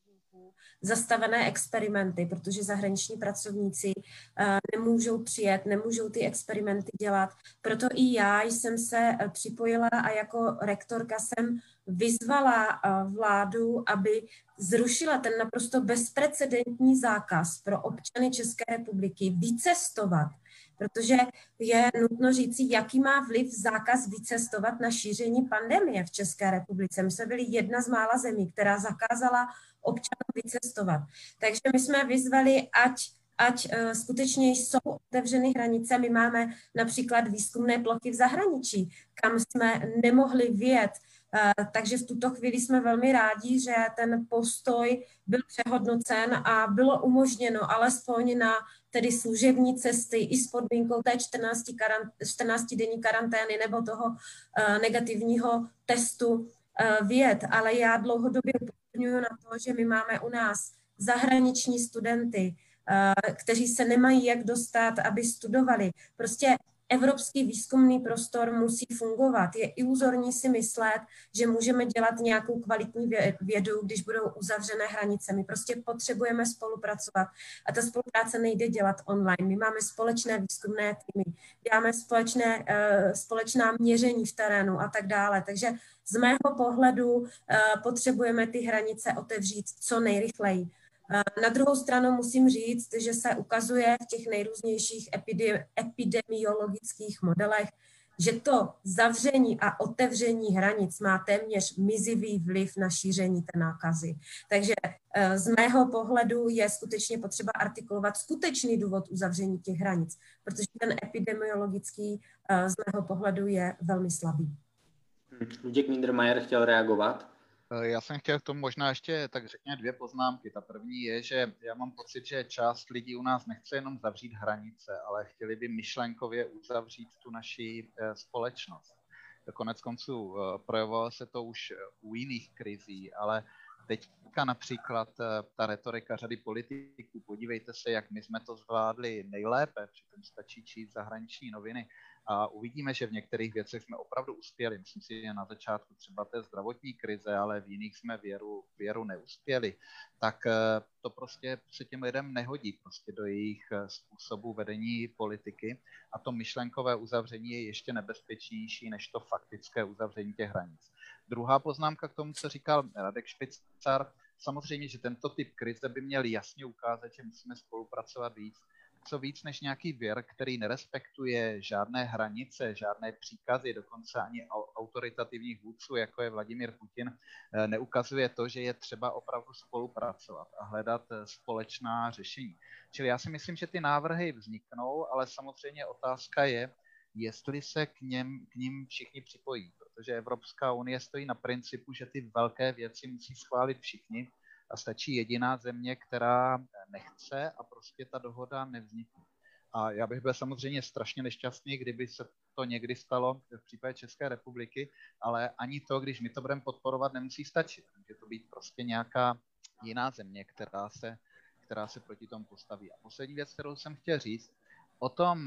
zastavené experimenty, protože zahraniční pracovníci nemůžou přijet, nemůžou ty experimenty dělat. Proto i já jsem se připojila a jako rektorka jsem vyzvala vládu, aby zrušila ten naprosto bezprecedentní zákaz pro občany České republiky vycestovat, protože je nutno říci, jaký má vliv zákaz vycestovat na šíření pandemie v České republice. My jsme byli jedna z mála zemí, která zakázala občanům vycestovat. Takže my jsme vyzvali, ať, ať uh, skutečně jsou otevřeny hranice. My máme například výzkumné plochy v zahraničí, kam jsme nemohli vjet. Uh, takže v tuto chvíli jsme velmi rádi, že ten postoj byl přehodnocen a bylo umožněno alespoň na tedy služební cesty i s podmínkou té čtrnáctidenní karantény nebo toho uh, negativního testu uh, vjet. Ale já dlouhodobě upozorňuji na to, že my máme u nás zahraniční studenty, uh, kteří se nemají jak dostat, aby studovali. Prostě evropský výzkumný prostor musí fungovat. Je iluzorní si myslet, že můžeme dělat nějakou kvalitní vědu, když budou uzavřené hranice. My prostě potřebujeme spolupracovat a ta spolupráce nejde dělat online. My máme společné výzkumné týmy, děláme společné, společná měření v terénu a tak dále. Takže z mého pohledu potřebujeme ty hranice otevřít co nejrychleji. Na druhou stranu musím říct, že se ukazuje v těch nejrůznějších epidemiologických modelech, že to zavření a otevření hranic má téměř mizivý vliv na šíření té nákazy. Takže z mého pohledu je skutečně potřeba artikulovat skutečný důvod uzavření těch hranic, protože ten epidemiologický z mého pohledu je velmi slabý. Luděk Niedermayer chtěl reagovat. Já jsem chtěl k tomu možná ještě tak řekněme dvě poznámky. Ta první je, že já mám pocit, že část lidí u nás nechce jenom zavřít hranice, ale chtěli by myšlenkově uzavřít tu naši společnost. Konec konců projevovalo se to už u jiných krizí, ale teďka například ta retorika řady politiků, podívejte se, jak my jsme to zvládli nejlépe, přitom stačí číst zahraniční noviny a uvidíme, že v některých věcech jsme opravdu uspěli. Myslím si, že na začátku třeba té zdravotní krize, ale v jiných jsme věru, věru neuspěli. Tak to prostě se těm lidem nehodí prostě do jejich způsobu vedení politiky a to myšlenkové uzavření je ještě nebezpečnější než to faktické uzavření těch hranic. Druhá poznámka k tomu, co říkal Radek Špicar, samozřejmě, že tento typ krize by měl jasně ukázat, že musíme spolupracovat víc. Co víc než nějaký věr, který nerespektuje žádné hranice, žádné příkazy, dokonce ani autoritativních vůdců, jako je Vladimír Putin, neukazuje to, že je třeba opravdu spolupracovat a hledat společná řešení. Čili já si myslím, že ty návrhy vzniknou, ale samozřejmě otázka je, jestli se k, něm, k ním všichni připojí, protože Evropská unie stojí na principu, že ty velké věci musí schválit všichni a stačí jediná země, která nechce a prostě ta dohoda nevznikne. A já bych byl samozřejmě strašně nešťastný, kdyby se to někdy stalo v případě České republiky, ale ani to, když my to budeme podporovat, nemusí stačit. Může to být prostě nějaká jiná země, která se, která se proti tomu postaví. A poslední věc, kterou jsem chtěl říct, o tom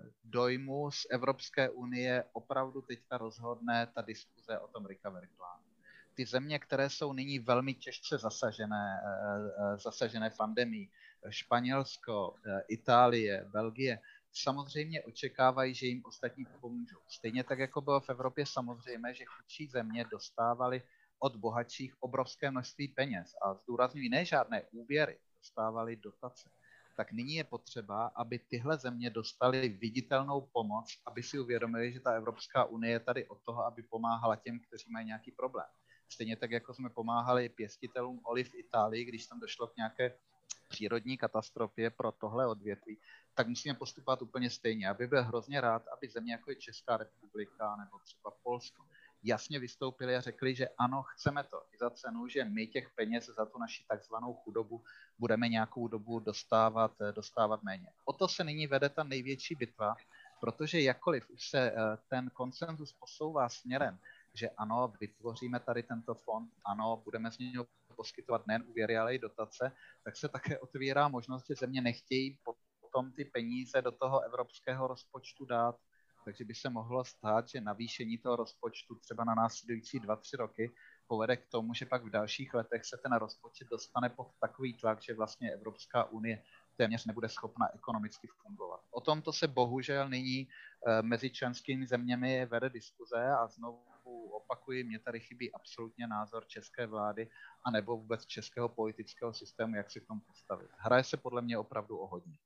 dojmu z Evropské unie opravdu teďka rozhodne ta diskuze o tom recovery plánu. Ty země, které jsou nyní velmi těžce zasažené, zasažené pandemií, Španělsko, Itálie, Belgie, samozřejmě očekávají, že jim ostatní pomůžou. Stejně tak, jako bylo v Evropě samozřejmé, že chudší země dostávaly od bohatších obrovské množství peněz a zdůrazňují ne žádné úvěry, dostávaly dotace. Tak nyní je potřeba, aby tyhle země dostaly viditelnou pomoc, aby si uvědomili, že ta Evropská unie je tady od toho, aby pomáhala těm, kteří mají nějaký problém. Stejně tak, jako jsme pomáhali pěstitelům oliv v Itálii, když tam došlo k nějaké přírodní katastrofě pro tohle odvětví, tak musíme postupovat úplně stejně. Já bych byl hrozně rád, aby země jako je Česká republika nebo třeba Polsko jasně vystoupili a řekli, že ano, chceme to i za cenu, že my těch peněz za tu naši takzvanou chudobu budeme nějakou dobu dostávat, dostávat méně. O to se nyní vede ta největší bitva, protože jakkoliv už se ten konsenzus posouvá směrem, že ano, vytvoříme tady tento fond, ano, budeme z něho poskytovat nejen úvěry, ale i dotace, tak se také otvírá možnost, že země nechtějí potom ty peníze do toho evropského rozpočtu dát. Takže by se mohlo stát, že navýšení toho rozpočtu třeba na následující dva, tři roky povede k tomu, že pak v dalších letech se ten rozpočet dostane pod takový tlak, že vlastně Evropská unie téměř nebude schopna ekonomicky fungovat. O tomto se bohužel nyní mezi členskými zeměmi vede diskuze a znovu opakuji, mě tady chybí absolutně názor české vlády anebo vůbec českého politického systému, jak si k tomu postavit. Hraje se podle mě opravdu o hodně.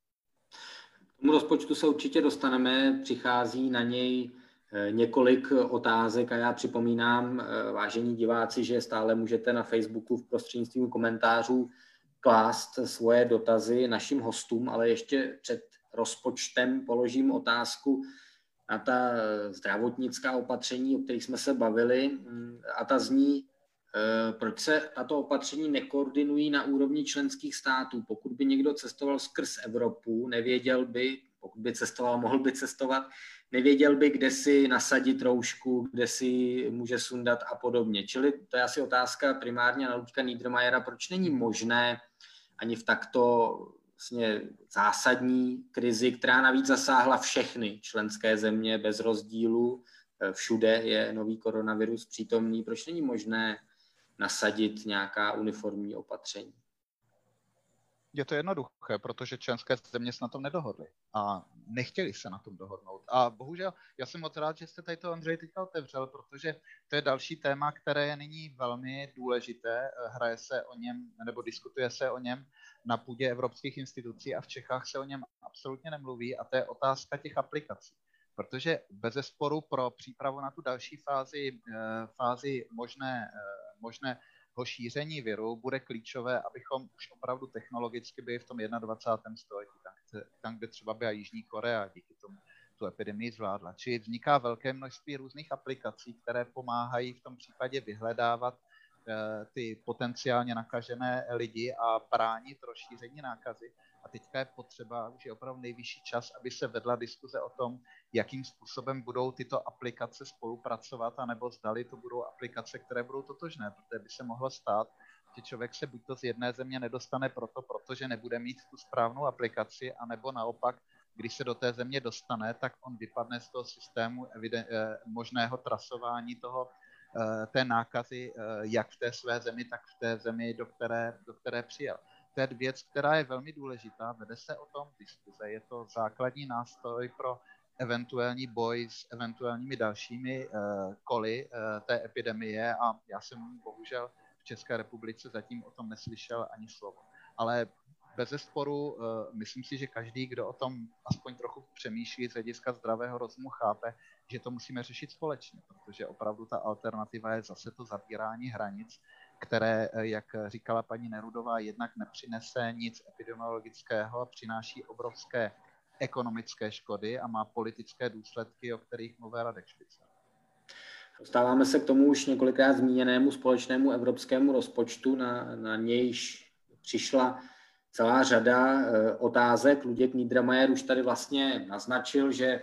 K tomu rozpočtu se určitě dostaneme, přichází na něj několik otázek a já připomínám, vážení diváci, že stále můžete na Facebooku v prostřednictvím komentářů klást svoje dotazy našim hostům, ale ještě před rozpočtem položím otázku na ta zdravotnická opatření, o kterých jsme se bavili, a ta zní, proč se tato opatření nekoordinují na úrovni členských států. Pokud by někdo cestoval skrz Evropu, nevěděl by, pokud by cestoval, mohl by cestovat, nevěděl by, kde si nasadit roušku, kde si může sundat a podobně. Čili to je asi otázka primárně na Luďka Niedermayera, proč není možné ani v takto vlastně zásadní krizi, která navíc zasáhla všechny členské země bez rozdílu, všude je nový koronavirus přítomný, proč není možné nasadit nějaká uniformní opatření? Je to jednoduché, protože členské země se na tom nedohodly a nechtěli se na tom dohodnout. A bohužel, já jsem moc rád, že jste tady to, Ondřej, teďka otevřel, protože to je další téma, které je nyní velmi důležité. Hraje se o něm, nebo diskutuje se o něm na půdě evropských institucí a v Čechách se o něm absolutně nemluví a to je otázka těch aplikací. Protože bezesporu pro přípravu na tu další fázi, fázi možné, možné šíření viru bude klíčové, abychom už opravdu technologicky byli v tom dvacátém prvním století, tam, tam kde třeba byla Jižní Korea díky tomu tu epidemii zvládla. Čili vzniká velké množství různých aplikací, které pomáhají v tom případě vyhledávat ty potenciálně nakažené lidi a bránit rozšíření nákazy. A teďka je potřeba, už je opravdu nejvyšší čas, aby se vedla diskuze o tom, jakým způsobem budou tyto aplikace spolupracovat, anebo zdali to budou aplikace, které budou totožné, protože by se mohlo stát, že člověk se buď to z jedné země nedostane proto, protože nebude mít tu správnou aplikaci, anebo naopak, když se do té země dostane, tak on vypadne z toho systému eviden- možného trasování toho, té nákazy, jak v té své zemi, tak v té zemi, do které, do které přijel. To je věc, která je velmi důležitá, vede se o tom diskuze, je to základní nástroj pro eventuální boj s eventuálními dalšími uh, koly uh, té epidemie a já jsem bohužel v České republice zatím o tom neslyšel ani slovo. Ale bezesporu uh, myslím si, že každý, kdo o tom aspoň trochu přemýšlí z hlediska zdravého rozumu, chápe, že to musíme řešit společně, protože opravdu ta alternativa je zase to zavírání hranic, které, jak říkala paní Nerudová, jednak nepřinese nic epidemiologického, přináší obrovské ekonomické škody a má politické důsledky, o kterých mluvil Radek Špicar. Dostáváme se k tomu už několikrát zmíněnému společnému evropskému rozpočtu, na, na nějž přišla celá řada otázek. Luděk Niedermayer už tady vlastně naznačil, že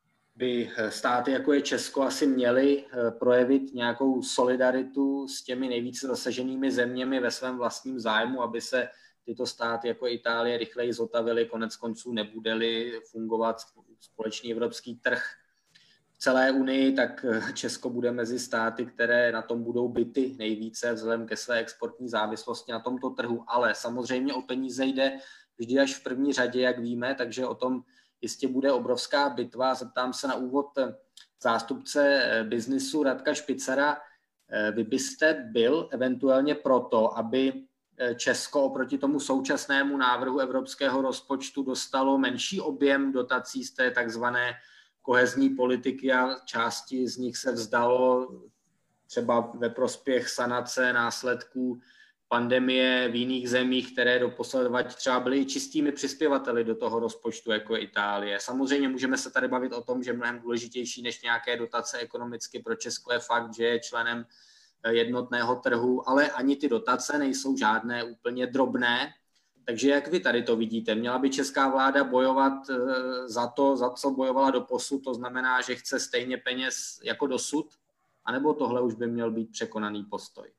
by státy, jako je Česko, asi měly projevit nějakou solidaritu s těmi nejvíce zasaženými zeměmi ve svém vlastním zájmu, aby se tyto státy, jako Itálie, rychleji zotavily, konec konců nebude-li fungovat společný evropský trh v celé Unii, tak Česko bude mezi státy, které na tom budou bity nejvíce vzhledem ke své exportní závislosti na tomto trhu. Ale samozřejmě o peníze jde vždy až v první řadě, jak víme, takže o tom jistě bude obrovská bitva. Zeptám se na úvod zástupce biznisu Radka Špicera. Vy byste byl eventuálně proto, aby Česko oproti tomu současnému návrhu evropského rozpočtu dostalo menší objem dotací z té takzvané kohezní politiky a části z nich se vzdalo třeba ve prospěch sanace následků pandemie v jiných zemích, které doposledovat třeba byly čistými přispěvateli do toho rozpočtu, jako je Itálie. Samozřejmě můžeme se tady bavit o tom, že mnohem důležitější než nějaké dotace ekonomicky pro Česko je fakt, že je členem jednotného trhu, ale ani ty dotace nejsou žádné úplně drobné. Takže jak vy tady to vidíte? Měla by česká vláda bojovat za to, za co bojovala doposud, to znamená, že chce stejně peněz jako dosud? A nebo tohle už by měl být překonaný postoj?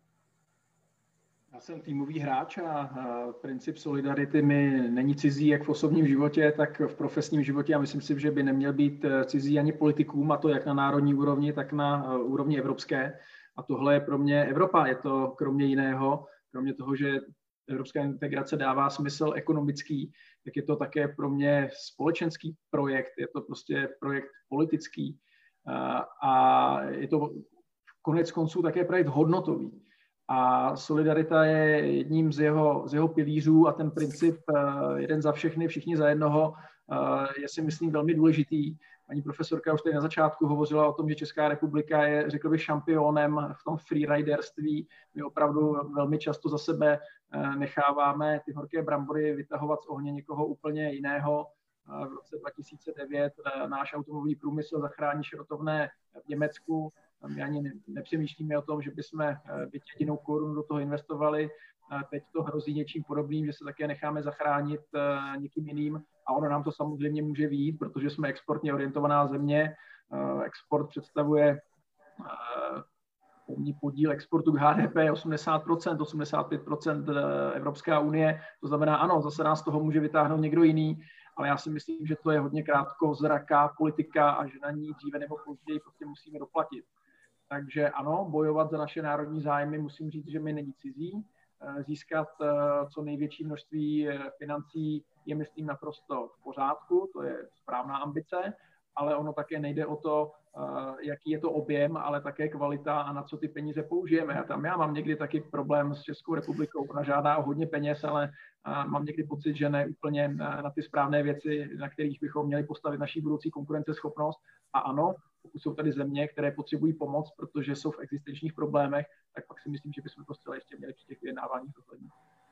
Já jsem týmový hráč a princip solidarity mi není cizí jak v osobním životě, tak v profesním životě a myslím si, že by neměl být cizí ani politikům, a to jak na národní úrovni, tak na úrovni evropské. A tohle je pro mě Evropa. Je to kromě jiného, kromě toho, že evropská integrace dává smysl ekonomický, tak je to také pro mě společenský projekt, je to prostě projekt politický a je to konec konců také projekt hodnotový. A solidarita je jedním z jeho, z jeho pilířů a ten princip jeden za všechny, všichni za jednoho je, si myslím, velmi důležitý. Paní profesorka už tady na začátku hovořila o tom, že Česká republika je, řekl bych, šampionem v tom freeriderství. My opravdu velmi často za sebe necháváme ty horké brambory vytahovat z ohně někoho úplně jiného. V roce dva tisíce devět náš automobilový průmysl zachrání šrotovné v Německu. My ani nepřemýšlíme o tom, že bychom byť jedinou korunu do toho investovali. Teď to hrozí něčím podobným, že se také necháme zachránit někým jiným a ono nám to samozřejmě může vyjít, protože jsme exportně orientovaná země. Export představuje podíl exportu k H D P osmdesát procent, osmdesát pět procent Evropská unie. To znamená, ano, zase nás z toho může vytáhnout někdo jiný, ale já si myslím, že to je hodně krátkozraká politika a že na ní dříve nebo později prostě musíme doplatit. Takže ano, bojovat za naše národní zájmy, musím říct, že mi není cizí. Získat co největší množství financí je, myslím, naprosto v pořádku, to je správná ambice, ale ono také nejde o to, jaký je to objem, ale také kvalita a na co ty peníze použijeme. A tam já mám někdy taky problém s Českou republikou. Ona žádá o hodně peněz, ale mám někdy pocit, že ne úplně na ty správné věci, na kterých bychom měli postavit naší budoucí konkurenceschopnost. A ano, pokud jsou tady země, které potřebují pomoc, protože jsou v existenčních problémech, tak pak si myslím, že bychom to zcela ještě měli při těch vyjednáváních zohlednit.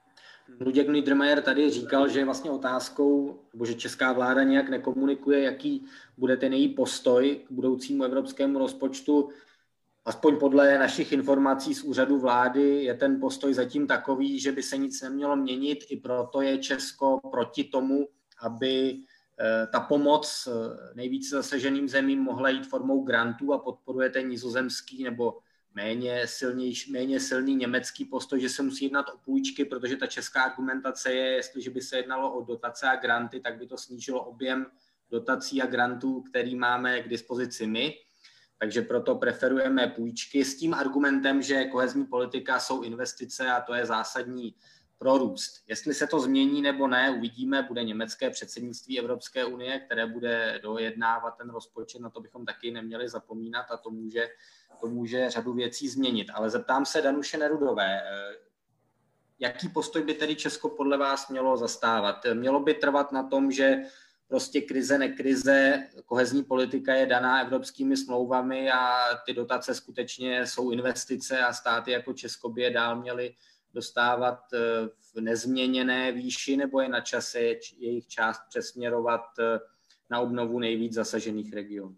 Luděk Niedermayer tady říkal, že je vlastně otázkou, nebo že česká vláda nějak nekomunikuje, jaký bude ten její postoj k budoucímu evropskému rozpočtu. Aspoň podle našich informací z úřadu vlády je ten postoj zatím takový, že by se nic nemělo měnit, i proto je Česko proti tomu, aby ta pomoc nejvíce zasaženým zemím mohla jít formou grantů a podporuje ten nizozemský nebo méně, silnější, méně silný německý postoj, že se musí jednat o půjčky, protože ta česká argumentace je, jestliže by se jednalo o dotace a granty, tak by to snížilo objem dotací a grantů, který máme k dispozici my. Takže proto preferujeme půjčky s tím argumentem, že kohezní politika jsou investice a to je zásadní pro růst. Jestli se to změní nebo ne, uvidíme, bude německé předsednictví Evropské unie, které bude dojednávat ten rozpočet, na to bychom taky neměli zapomínat a to může, to může řadu věcí změnit. Ale zeptám se Danuše Nerudové, jaký postoj by tedy Česko podle vás mělo zastávat? Mělo by trvat na tom, že prostě krize, nekrize, kohezní politika je daná evropskými smlouvami a ty dotace skutečně jsou investice a státy jako Česko by je dál měly dostávat v nezměněné výši, nebo je na čase jejich část přesměrovat na obnovu nejvíc zasažených regionů?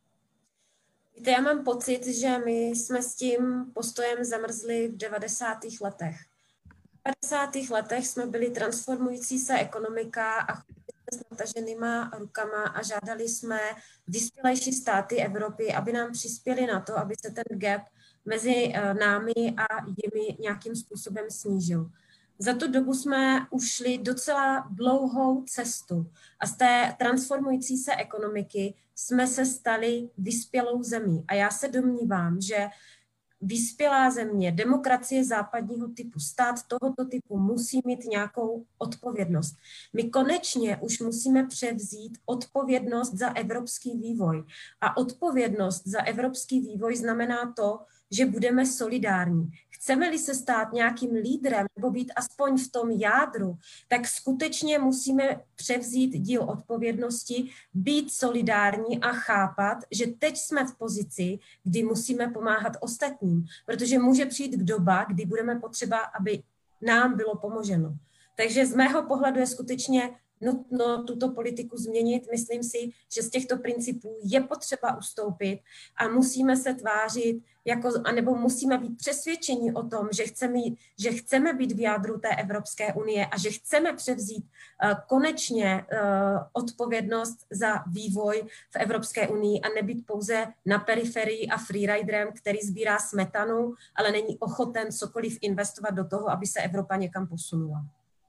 Víte, já mám pocit, že my jsme s tím postojem zamrzli v devadesátých letech. V devadesátých letech jsme byli transformující se ekonomika a s nataženýma rukama a žádali jsme vyspělejší státy Evropy, aby nám přispěli na to, aby se ten gap mezi námi a jimi nějakým způsobem snížil. Za tu dobu jsme ušli docela dlouhou cestu a z té transformující se ekonomiky jsme se stali vyspělou zemí. A já se domnívám, že vyspělá země, demokracie západního typu, stát tohoto typu musí mít nějakou odpovědnost. My konečně už musíme převzít odpovědnost za evropský vývoj. A odpovědnost za evropský vývoj znamená to, že budeme solidární. Chceme-li se stát nějakým lídrem nebo být aspoň v tom jádru, tak skutečně musíme převzít díl odpovědnosti, být solidární a chápat, že teď jsme v pozici, kdy musíme pomáhat ostatním, protože může přijít doba, kdy budeme potřeba, aby nám bylo pomoženo. Takže z mého pohledu je skutečně nutno tuto politiku změnit. Myslím si, že z těchto principů je potřeba ustoupit a musíme se tvářit, jako, anebo musíme být přesvědčeni o tom, že chceme, že chceme být v jádru té Evropské unie a že chceme převzít uh, konečně uh, odpovědnost za vývoj v Evropské unii a nebýt pouze na periferii a freeriderem, který sbírá smetanu, ale není ochoten cokoliv investovat do toho, aby se Evropa někam posunula.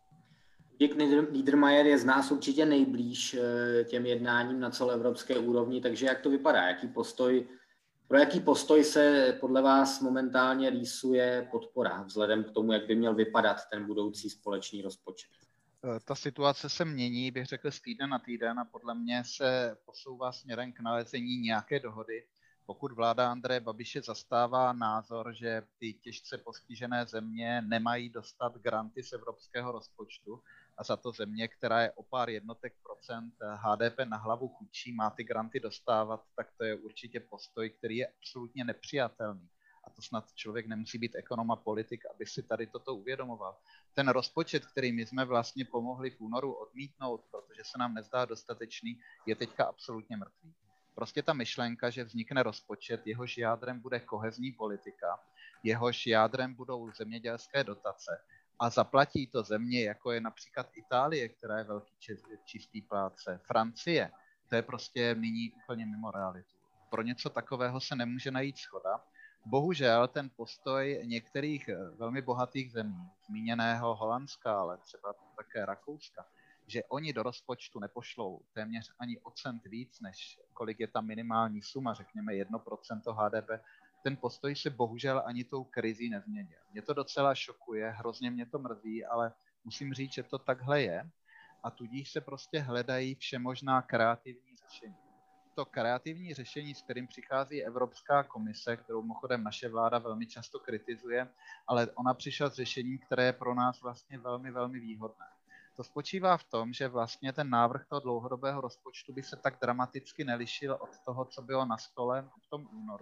Luděk Niedermayer je z nás určitě nejblíž těm jednáním na celoevropské úrovni, takže jak to vypadá? Jaký postoj, pro jaký postoj se podle vás momentálně rýsuje podpora vzhledem k tomu, jak by měl vypadat ten budoucí společný rozpočet? Ta situace se mění, bych řekl, z týdne na týden a podle mě se posouvá směrem k nalezení nějaké dohody. Pokud vláda Andreje Babiše zastává názor, že ty těžce postižené země nemají dostat granty z evropského rozpočtu a za to země, která je o pár jednotek procent H D P na hlavu chudší, má ty granty dostávat, tak to je určitě postoj, který je absolutně nepřijatelný. A to snad člověk nemusí být ekonom a politik, aby si tady toto uvědomoval. Ten rozpočet, který my jsme vlastně pomohli v únoru odmítnout, protože se nám nezdá dostatečný, je teďka absolutně mrtvý. Prostě ta myšlenka, že vznikne rozpočet, jehož jádrem bude kohezní politika, jehož jádrem budou zemědělské dotace a zaplatí to země, jako je například Itálie, která je velký čistý plátce, Francie, to je prostě nyní úplně mimo realitu. Pro něco takového se nemůže najít shoda. Bohužel ten postoj některých velmi bohatých zemí, zmíněného Holandska, ale třeba také Rakouska, že oni do rozpočtu nepošlou téměř ani o cent víc, než kolik je ta minimální suma, řekněme jedno procento H D P, ten postoj se bohužel ani tou krizí nezměnil. Mě to docela šokuje, hrozně mě to mrzí, ale musím říct, že to takhle je a tudíž se prostě hledají všemožná kreativní řešení. To kreativní řešení, s kterým přichází Evropská komise, kterou mimochodem naše vláda velmi často kritizuje, ale ona přišla s řešením, které je pro nás vlastně velmi, velmi výhodné. To spočívá v tom, že vlastně ten návrh toho dlouhodobého rozpočtu by se tak dramaticky nelišil od toho, co bylo na stole v tom únoru.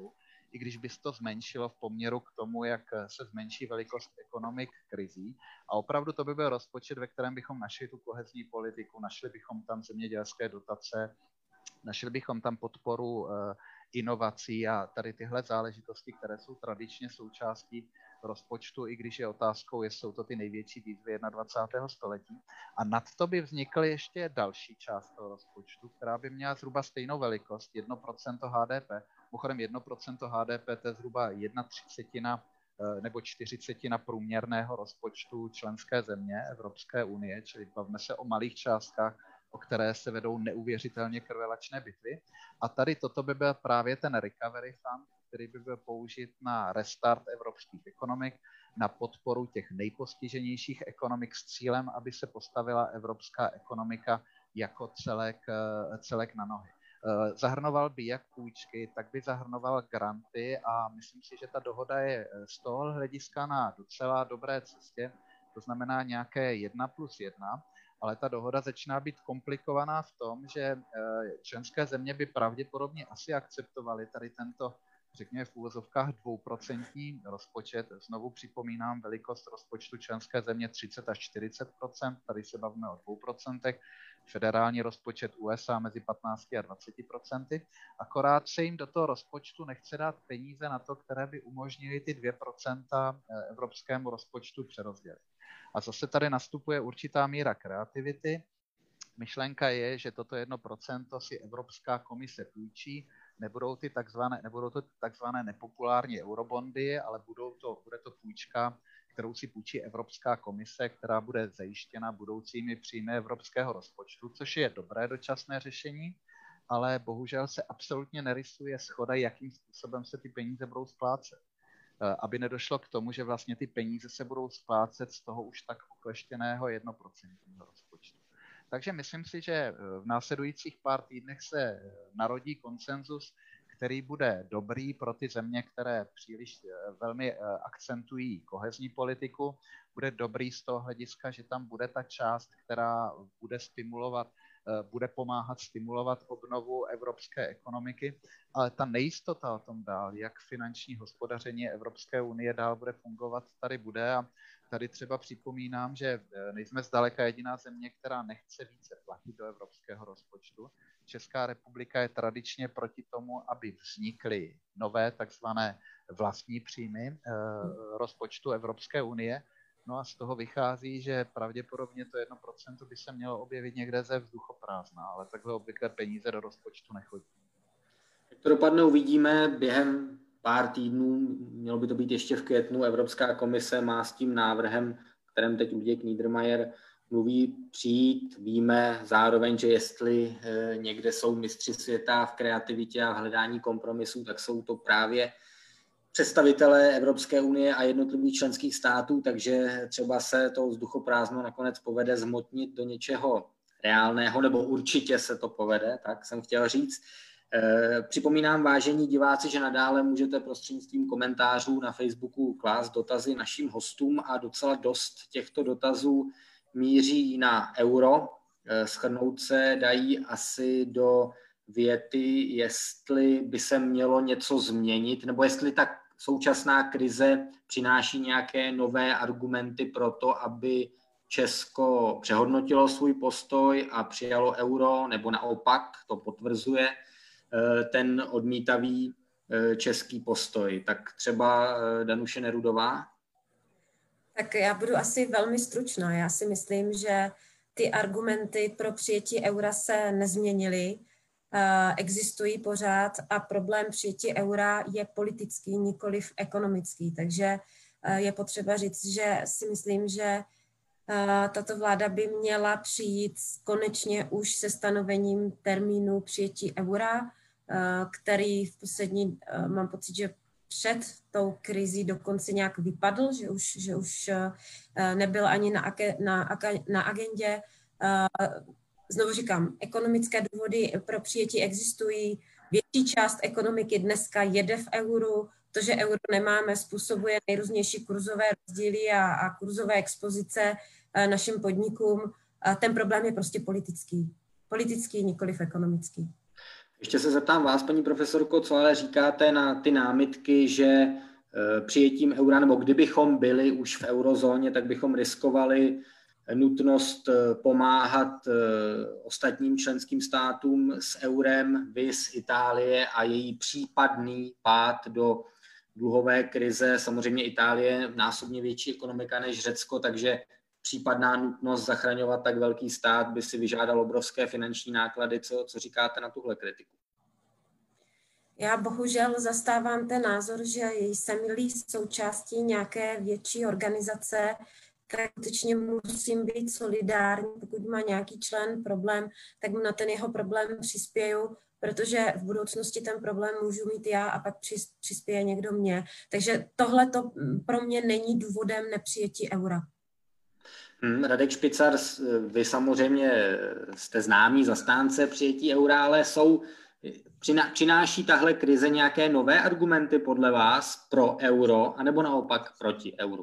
i když by se to zmenšilo v poměru k tomu, jak se zmenší velikost ekonomik krizí. A opravdu to by byl rozpočet, ve kterém bychom našli tu kohezní politiku, našli bychom tam zemědělské dotace, našli bychom tam podporu inovací a tady tyhle záležitosti, které jsou tradičně součástí rozpočtu, i když je otázkou, jestli jsou to ty největší výzvy dvacátého prvního století. A nad to by vznikly ještě další část toho rozpočtu, která by měla zhruba stejnou velikost, jedno procento H D P. Mimochodem jedno procento H D P to je zhruba jedna třicetina nebo čtyřicetina průměrného rozpočtu členské země Evropské unie, čili bavíme se o malých částkách, o které se vedou neuvěřitelně krvelačné bitvy. A tady toto by byl právě ten recovery fund, který by byl použit na restart evropských ekonomik, na podporu těch nejpostiženějších ekonomik s cílem, aby se postavila evropská ekonomika jako celek, celek na nohy. Zahrnoval by jak půjčky, tak by zahrnoval granty a myslím si, že ta dohoda je z toho hlediska na docela dobré cestě, to znamená nějaké jedna plus jedna, ale ta dohoda začíná být komplikovaná v tom, že členské země by pravděpodobně asi akceptovaly tady tento, řekněme v úvozovkách, dvouprocentní rozpočet. Znovu připomínám velikost rozpočtu členské země třicet až čtyřicet procent, tady se bavíme o dvou procentech, federální rozpočet U S A mezi patnáct a dvacet procenty, akorát se jim do toho rozpočtu nechce dát peníze na to, které by umožnily ty dvě procenta evropskému rozpočtu přerozdělit. A zase tady nastupuje určitá míra kreativity. Myšlenka je, že toto jedno procento si Evropská komise půjčí, nebudou, ty takzvané, nebudou to takzvané nepopulární eurobondy, ale budou to, bude to půjčka, kterou si půjčí Evropská komise, která bude zajištěna budoucími příjmy evropského rozpočtu, což je dobré dočasné řešení, ale bohužel se absolutně nerysuje shoda, jakým způsobem se ty peníze budou splácet. Aby nedošlo k tomu, že vlastně ty peníze se budou splácet z toho už tak okleštěného jednoprocentního rozpočtu. Takže myslím si, že v následujících pár týdnech se narodí konsenzus, který bude dobrý pro ty země, které příliš velmi akcentují kohezní politiku. Bude dobrý z toho hlediska, že tam bude ta část, která bude stimulovat, bude pomáhat stimulovat obnovu evropské ekonomiky, ale ta nejistota o tom dál, jak finanční hospodaření Evropské unie dál bude fungovat, tady bude a tady třeba připomínám, že nejsme zdaleka jediná země, která nechce více platit do evropského rozpočtu. Česká republika je tradičně proti tomu, aby vznikly nové takzvané vlastní příjmy rozpočtu Evropské unie. No a z toho vychází, že pravděpodobně to jedno procento by se mělo objevit někde ze vzduchoprázdna, ale takhle obvykle peníze do rozpočtu nechodí. Jak to dopadne, uvidíme během pár týdnů, mělo by to být ještě v květnu, Evropská komise má s tím návrhem, o kterém teď Luděk Niedermayer mluví, přijít. Víme zároveň, že jestli někde jsou mistři světa v kreativitě a v hledání kompromisů, tak jsou to právě představitelé Evropské unie a jednotlivých členských států, takže třeba se to vzduchoprázdno nakonec povede zhmotnit do něčeho reálného, nebo určitě se to povede, tak jsem chtěl říct. Připomínám, vážení diváci, že nadále můžete prostřednictvím komentářů na Facebooku klást dotazy našim hostům a docela dost těchto dotazů míří na euro. Shrnout se dají asi do věty, jestli by se mělo něco změnit, nebo jestli ta současná krize přináší nějaké nové argumenty pro to, aby Česko přehodnotilo svůj postoj a přijalo euro, nebo naopak to potvrzuje ten odmítavý český postoj. Tak třeba Danuše Nerudová? Tak já budu asi velmi stručná. Já si myslím, že ty argumenty pro přijetí eura se nezměnily, existují pořád a problém přijetí eura je politický, nikoliv ekonomický. Takže je potřeba říct, že si myslím, že tato vláda by měla přijít konečně už se stanovením termínu přijetí eura, který v poslední, mám pocit, že před tou krizí dokonce nějak vypadl, že už, že už nebyl ani na, na, na agendě. Znovu říkám, ekonomické důvody pro přijetí existují. Větší část ekonomiky dneska jede v euru. To, že euro nemáme, způsobuje nejrůznější kurzové rozdíly a, a kurzové expozice našim podnikům. Ten problém je prostě politický. Politický, nikoliv ekonomický. Ještě se zeptám vás, paní profesorko, co ale říkáte na ty námitky, že přijetím eura, nebo kdybychom byli už v eurozóně, tak bychom riskovali nutnost pomáhat ostatním členským státům s eurem, viz Itálie a její případný pád do dluhové krize. Samozřejmě Itálie je násobně větší ekonomika než Řecko, takže případná nutnost zachraňovat tak velký stát by si vyžádal obrovské finanční náklady. Co, co říkáte na tuhle kritiku? Já bohužel zastávám ten názor, že jsem-li součástí nějaké větší organizace, tak skutečně musím být solidární. Pokud má nějaký člen problém, tak mu na ten jeho problém přispěju, protože v budoucnosti ten problém můžu mít já a pak přispěje někdo mě. Takže tohle to pro mě není důvodem nepřijetí eura. Hmm, Radek Špicar, vy samozřejmě jste známý zastánce přijetí eura, ale jsou, přináší tahle krize nějaké nové argumenty podle vás pro euro, anebo naopak proti euru?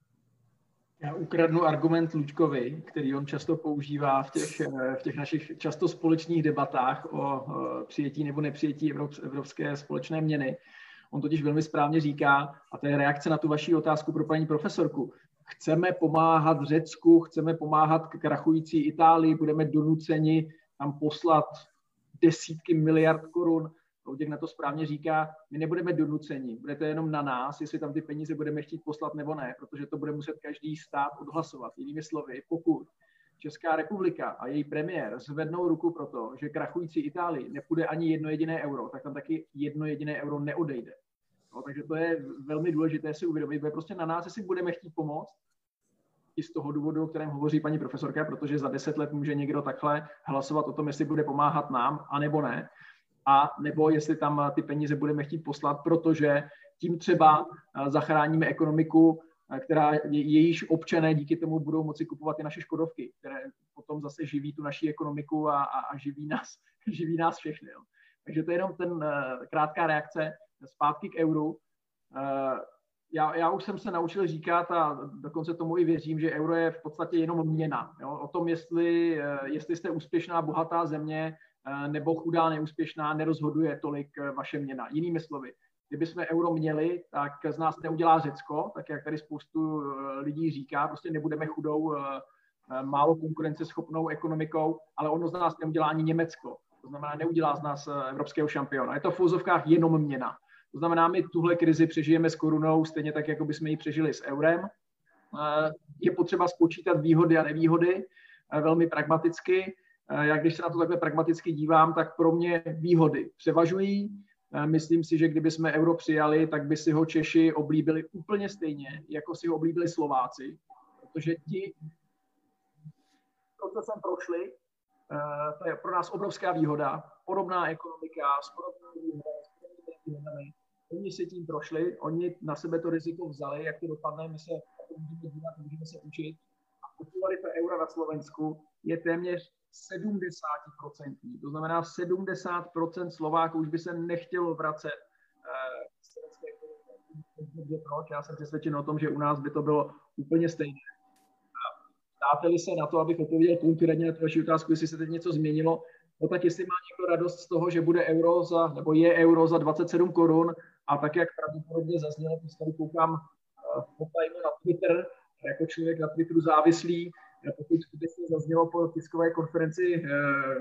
Já ukradnu argument Lučkovi, který on často používá v těch, v těch našich často společných debatách o přijetí nebo nepřijetí evropské společné měny. On totiž velmi správně říká, a to je reakce na tu vaši otázku pro paní profesorku, chceme pomáhat Řecku, chceme pomáhat krachující Itálii, budeme donuceni tam poslat desítky miliard korun. Luděk na to správně říká, my nebudeme donuceni, bude to jenom na nás, jestli tam ty peníze budeme chtít poslat nebo ne, protože to bude muset každý stát odhlasovat. Jinými slovy, pokud Česká republika a její premiér zvednou ruku pro to, že krachující Itálii nepůjde ani jedno jediné euro, tak tam taky jedno jediné euro neodejde. No, takže to je velmi důležité si uvědomit, bude prostě na nás, jestli budeme chtít pomoct, i z toho důvodu, o kterém hovoří paní profesorka, protože za deset let může někdo takhle hlasovat o tom, jestli bude pomáhat nám, anebo ne. A nebo jestli tam ty peníze budeme chtít poslat, protože tím třeba zachráníme ekonomiku, která jejíž občané díky tomu budou moci kupovat i naše škodovky, které potom zase živí tu naši ekonomiku a, a, a živí, nás, živí nás všechny. Jo. Takže to je jenom ten krátká reakce zpátky k euru. Já, já už jsem se naučil říkat a dokonce tomu i věřím, že euro je v podstatě jenom měna. Jo. O tom, jestli, jestli jste úspěšná, bohatá země, nebo chudá, neúspěšná, nerozhoduje tolik vaše měna. Jinými slovy, kdybychom euro měli, tak z nás neudělá Řecko, tak jak tady spoustu lidí říká, prostě nebudeme chudou, málo konkurenceschopnou ekonomikou, ale ono z nás neudělá ani Německo. To znamená, neudělá z nás evropského šampiona. Je to v úzovkách jenom měna. To znamená, my tuhle krizi přežijeme s korunou stejně tak, jako bychom ji přežili s eurem. Je potřeba spočítat výhody a nevýhody velmi pragmaticky. Já když se na to takhle pragmaticky dívám, tak pro mě výhody převažují. Myslím si, že kdyby jsme euro přijali, tak by si ho Češi oblíbili úplně stejně, jako si ho oblíbili Slováci, protože ti procesem prošli, to je pro nás obrovská výhoda, podobná ekonomika, s podobnými výhodami. Oni se tím prošli, oni na sebe to riziko vzali, jak to dopadne, my se můžeme dívat, můžeme se učit. A popularita eura na Slovensku je téměř sedmdesát procent. To znamená, sedmdesát procent Slováků už by se nechtělo vracet k slovenské ekonomice. Proč? Já jsem přesvědčen o tom, že u nás by to bylo úplně stejné. Ptáte-li se na to, abych odpověděl konkrétně na tu vaši otázku, jestli se teď něco změnilo, no tak jestli má někdo radost z toho, že bude euro za, nebo je euro za dvacet sedm korun a tak, jak pravděpodobně zaznělo, když tady koukám uh, na Twitter, jako člověk na Twitteru závislý, pokud skutečně zaznělo po tiskové konferenci eh,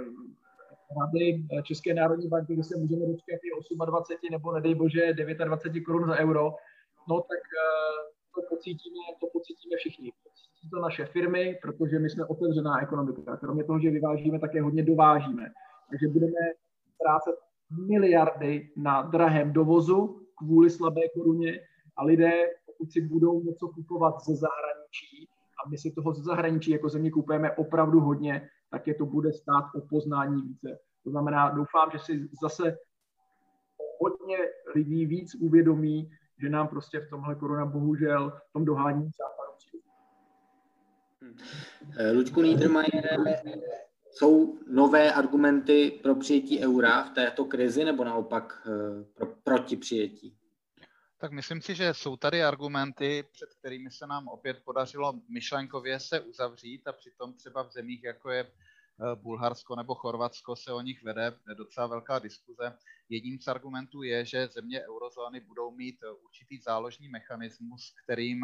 Rady České národní banky, kde se můžeme dočkat i dvacet osm nebo nedej bože dvacet devět korun za euro, no tak eh, to pocítíme, to pocítíme všichni. Pocítí to naše firmy, protože my jsme otevřená ekonomika. Kromě toho, že vyvážíme, také hodně dovážíme. Takže budeme ztrácet miliardy na drahém dovozu kvůli slabé koruně a lidé, pokud si budou něco kupovat ze zahraničí, a my si toho ze zahraničí jako země kupujeme opravdu hodně, tak je to bude stát o poznání více. To znamená, doufám, že si zase hodně lidí víc uvědomí, že nám prostě v tomhle korona bohužel v tom dohání západu přijde. Luďku Niedermayere, jsou nové argumenty pro přijetí eura v této krizi nebo naopak pro, proti přijetí? Tak myslím si, že jsou tady argumenty, před kterými se nám opět podařilo myšlenkově se uzavřít a přitom třeba v zemích, jako je Bulharsko nebo Chorvatsko, se o nich vede docela velká diskuze. Jedním z argumentů je, že země eurozóny budou mít určitý záložní mechanismus, kterým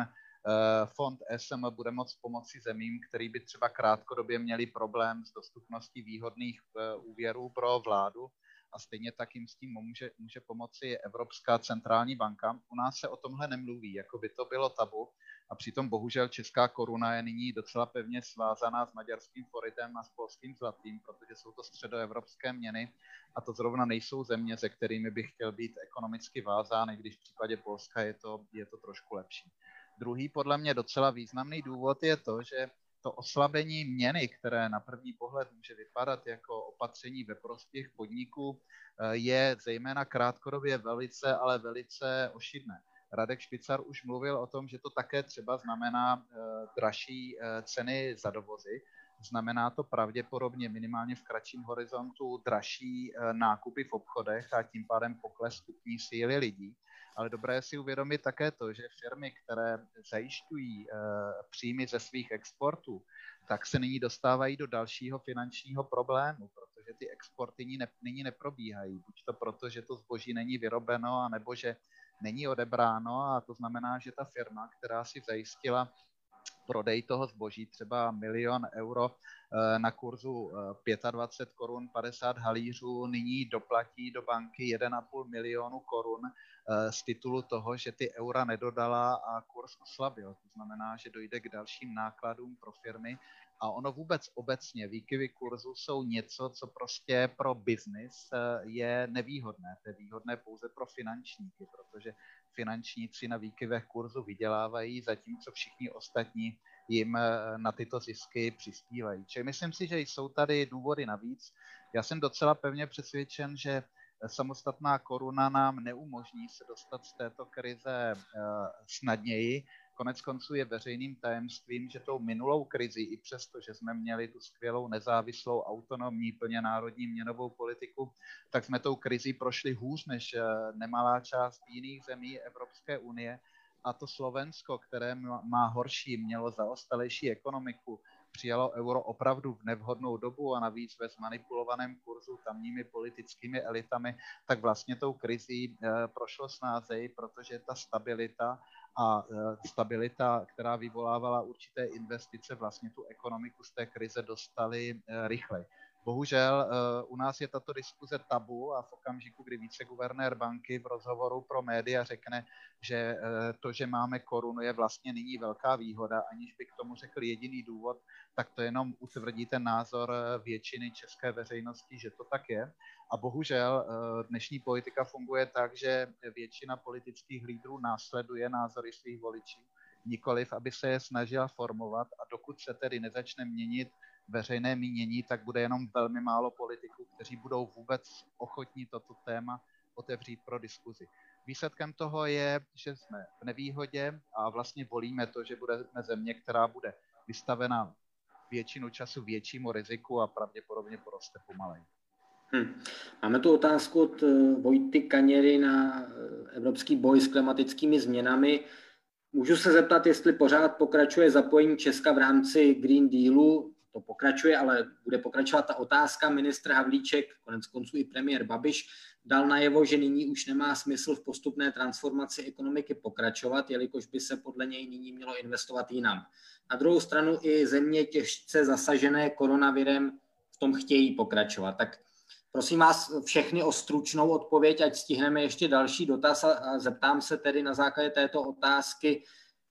fond E S M bude moct pomoci zemím, který by třeba krátkodobě měli problém s dostupností výhodných úvěrů pro vládu, a stejně tak jim s tím může, může pomoci Evropská centrální banka. U nás se o tomhle nemluví, jako by to bylo tabu, a přitom bohužel česká koruna je nyní docela pevně svázaná s maďarským foritem a s polským zlatým, protože jsou to středoevropské měny a to zrovna nejsou země, se kterými bych chtěl být ekonomicky vázán, i když v případě Polska je to, je to trošku lepší. Druhý podle mě docela významný důvod je to, že to oslabení měny, které na první pohled může vypadat jako opatření ve prospěch podniků, je zejména krátkodobě velice, ale velice ošidné. Radek Špicar už mluvil o tom, že to také třeba znamená dražší ceny za dovozy. Znamená to pravděpodobně minimálně v kratším horizontu dražší nákupy v obchodech a tím pádem pokles kupní síly lidí. Ale dobré je si uvědomit také to, že firmy, které zajišťují e, příjmy ze svých exportů, tak se nyní dostávají do dalšího finančního problému, protože ty exporty nyní, ne, nyní neprobíhají. Buď to proto, že to zboží není vyrobeno, anebo že není odebráno, a to znamená, že ta firma, která si zajistila prodej toho zboží třeba milion euro na kurzu dvacet pět korun padesát halířů, nyní doplatí do banky jeden a půl milionu korun z titulu toho, že ty eura nedodala a kurz oslabil. To znamená, že dojde k dalším nákladům pro firmy a ono vůbec obecně výkyvy kurzu jsou něco, co prostě pro biznis je nevýhodné. To je výhodné pouze pro finančníky, protože finančníci na výkyvech kurzu vydělávají, zatímco všichni ostatní jim na tyto zisky přispívají. Čili myslím si, že jsou tady důvody navíc. Já jsem docela pevně přesvědčen, že samostatná koruna nám neumožní se dostat z této krize snadněji. Konec konců je veřejným tajemstvím, že tou minulou krizi, i přesto, že jsme měli tu skvělou nezávislou, autonomní, plně národní měnovou politiku, tak jsme tou krizí prošli hůř než nemalá část jiných zemí Evropské unie. A to Slovensko, které má horší, mělo zaostalejší ekonomiku, přijalo euro opravdu v nevhodnou dobu a navíc ve zmanipulovaném kurzu tamními politickými elitami, tak vlastně tou krizí prošlo snázeji, protože ta stabilita a stabilita, která vyvolávala určité investice, vlastně tu ekonomiku z té krize dostali rychleji. Bohužel u nás je tato diskuze tabu a v okamžiku, kdy viceguvernér banky v rozhovoru pro média řekne, že to, že máme korunu, je vlastně nyní velká výhoda, aniž by k tomu řekl jediný důvod, tak to jenom utvrdí ten názor většiny české veřejnosti, že to tak je. A bohužel dnešní politika funguje tak, že většina politických lídrů následuje názory svých voličů, nikoliv aby se je snažila formovat, a dokud se tedy nezačne měnit veřejné mínění, tak bude jenom velmi málo politiků, kteří budou vůbec ochotní toto téma otevřít pro diskuzi. Výsledkem toho je, že jsme v nevýhodě a vlastně volíme to, že budeme země, která bude vystavena většinu času většímu riziku a pravděpodobně poroste pomaleji. Hmm. Máme tu otázku od Vojty Kaněry na evropský boj s klimatickými změnami. Můžu se zeptat, jestli pořád pokračuje zapojení Česka v rámci Green Dealu. To pokračuje, ale bude pokračovat ta otázka. Ministr Havlíček, konec konců i premiér Babiš, dal najevo, že nyní už nemá smysl v postupné transformaci ekonomiky pokračovat, jelikož by se podle něj nyní mělo investovat jinam. Na druhou stranu i země těžce zasažené koronavirem v tom chtějí pokračovat. Tak prosím vás všechny o stručnou odpověď, ať stihneme ještě další dotaz, a zeptám se tedy na základě této otázky,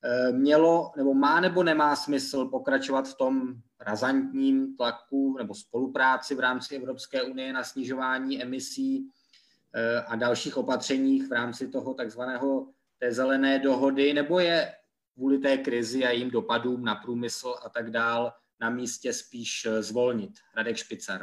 mělo nebo má nebo nemá smysl pokračovat v tom razantním tlaku nebo spolupráci v rámci Evropské unie na snižování emisí a dalších opatřeních v rámci toho takzvaného té zelené dohody, nebo je kvůli té krizi a jejím dopadům na průmysl a tak dál na místě spíš zvolnit? Radek Špicar.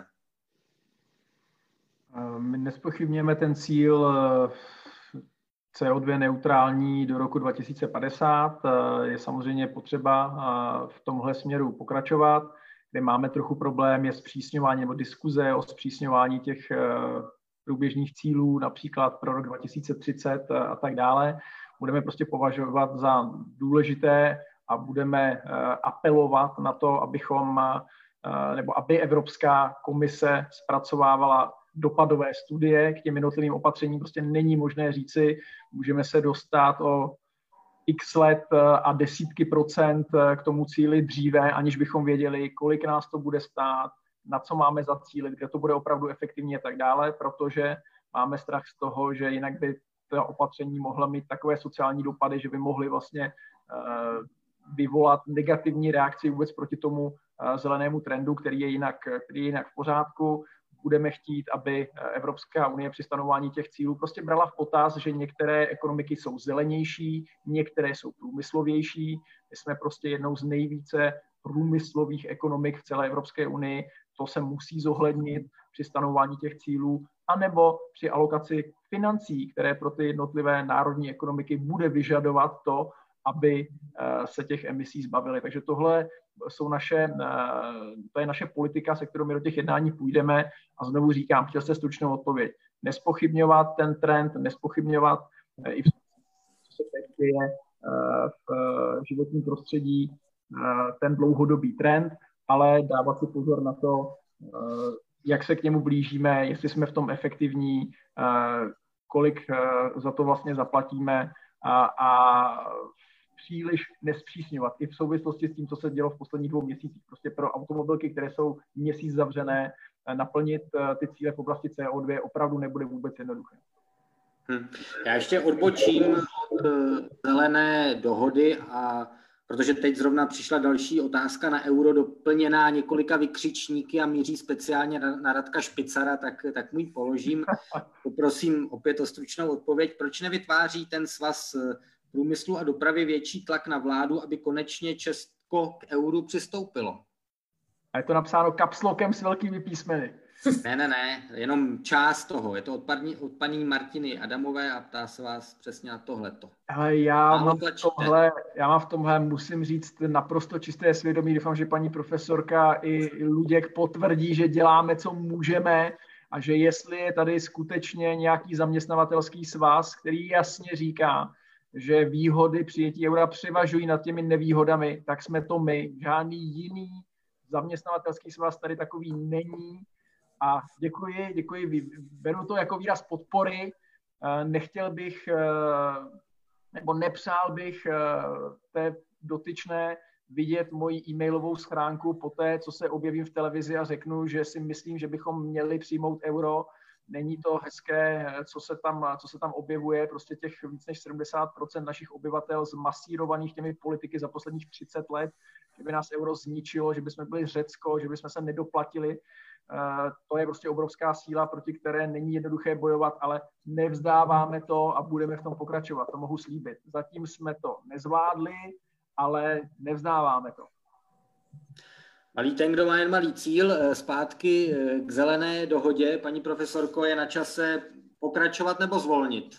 My nezpochybněme ten cíl C O dva neutrální do roku dva tisíce padesát. Je samozřejmě potřeba v tomhle směru pokračovat. Kde máme trochu problém, je zpřísňování nebo diskuze o zpřísňování těch průběžných cílů, například pro rok dva tisíce třicet a tak dále. Budeme prostě považovat za důležité a budeme apelovat na to, abychom nebo aby Evropská komise zpracovávala dopadové studie k těm jednotlivým opatřením. Prostě není možné říci, můžeme se dostat o x let a desítky procent k tomu cíli dříve, aniž bychom věděli, kolik nás to bude stát, na co máme zacílit, kde to bude opravdu efektivní a tak dále, protože máme strach z toho, že jinak by ta opatření mohla mít takové sociální dopady, že by mohly vlastně vyvolat negativní reakci vůbec proti tomu zelenému trendu, který je jinak, který je jinak v pořádku. Budeme chtít, aby Evropská unie při stanování těch cílů prostě brala v potaz, že některé ekonomiky jsou zelenější, některé jsou průmyslovější. My jsme prostě jednou z nejvíce průmyslových ekonomik v celé Evropské unii. To se musí zohlednit při stanování těch cílů, anebo při alokaci financí, které pro ty jednotlivé národní ekonomiky bude vyžadovat to, aby se těch emisí zbavili. Takže tohle jsou naše, to je naše politika, se kterou my do těch jednání půjdeme. A znovu říkám, chtěl jste stručnou odpověď. Nespochybňovat ten trend, nespochybňovat i v co se teď děje v životním prostředí ten dlouhodobý trend, ale dávat si pozor na to, jak se k němu blížíme, jestli jsme v tom efektivní, kolik za to vlastně zaplatíme a, a příliš nespřísňovat. I v souvislosti s tím, co se dělo v posledních dvou měsících. Prostě pro automobilky, které jsou měsíc zavřené, naplnit ty cíle v oblasti C O dva opravdu nebude vůbec jednoduché. Hmm. Já ještě odbočím od zelené dohody, a protože teď zrovna přišla další otázka na euro doplněná několika vykřičníky a míří speciálně na, na Radka Špicara, tak, tak mu ji položím. Poprosím opět o stručnou odpověď. Proč nevytváří ten svaz průmyslu a dopravy větší tlak na vládu, aby konečně Česko k euru přistoupilo? A je to napsáno kapslokem s velkými písmeny. Ne, ne, ne, jenom část toho. Je to od paní, od paní Martiny Adamové a ptá se vás přesně na tohleto. Ale já mám, v tomhle, já mám v tomhle, musím říct, naprosto čisté svědomí. Doufám, že paní profesorka i Luděk potvrdí, že děláme, co můžeme a že jestli je tady skutečně nějaký zaměstnavatelský svaz, který jasně říká, že výhody přijetí eura převažují nad těmi nevýhodami, tak jsme to my. Žádný jiný zaměstnavatelský svaz tady takový není. A děkuji, děkuji, beru to jako výraz podpory. Nechtěl bych, nebo nepřál bych té dotyčné vidět moji e-mailovou schránku po té, co se objevím v televizi a řeknu, že si myslím, že bychom měli přijmout euro. Není to hezké, co se tam, co se tam objevuje, prostě těch víc než sedmdesát procent našich obyvatel zmasírovaných těmi politiky za posledních třicet let, že by nás euro zničilo, že bychom byli Řecko, že bychom se nedoplatili. To je prostě obrovská síla, proti které není jednoduché bojovat, ale nevzdáváme to a budeme v tom pokračovat. To mohu slíbit. Zatím jsme to nezvládli, ale nevzdáváme to. Malý ten, kdo má jen malý cíl, zpátky k zelené dohodě. Paní profesorko, je na čase pokračovat nebo zvolnit?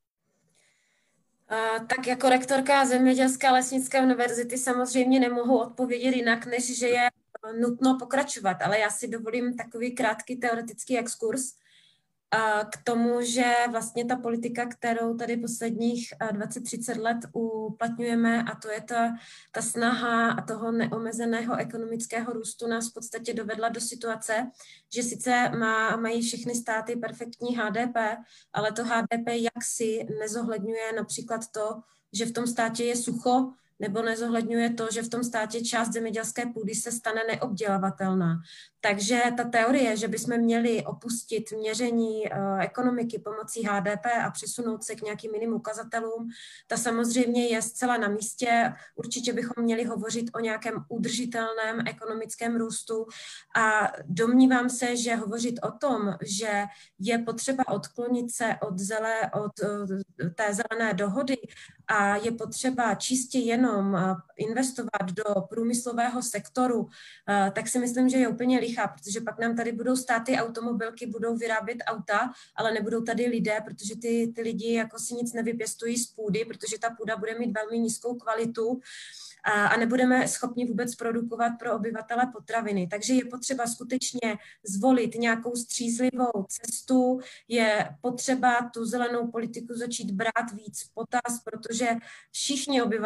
Uh, tak jako rektorka Zemědělské a lesnické univerzity samozřejmě nemohu odpovědět jinak, než že je nutno pokračovat, ale já si dovolím takový krátký teoretický exkurs k tomu, že vlastně ta politika, kterou tady posledních dvacet třicet let uplatňujeme, a to je ta, ta snaha toho neomezeného ekonomického růstu, nás v podstatě dovedla do situace, že sice má, mají všechny státy perfektní H D P, ale to H D P jaksi nezohledňuje například to, že v tom státě je sucho, nebo nezohledňuje to, že v tom státě část zemědělské půdy se stane neobdělavatelná. Takže ta teorie, že bychom měli opustit měření uh, ekonomiky pomocí H D P a přesunout se k nějakým jiným ukazatelům, ta samozřejmě je zcela na místě. Určitě bychom měli hovořit o nějakém udržitelném ekonomickém růstu a domnívám se, že hovořit o tom, že je potřeba odklonit se od, zelé, od uh, té zelené dohody a je potřeba čistě jenom uh, investovat do průmyslového sektoru, uh, tak si myslím, že je úplně lichá, protože pak nám tady budou stát ty automobilky, budou vyrábět auta, ale nebudou tady lidé, protože ty, ty lidi jako si nic nevypěstují z půdy, protože ta půda bude mít velmi nízkou kvalitu a, a nebudeme schopni vůbec produkovat pro obyvatele potraviny. Takže je potřeba skutečně zvolit nějakou střízlivou cestu, je potřeba tu zelenou politiku začít brát víc v potaz, protože všichni obyvatele,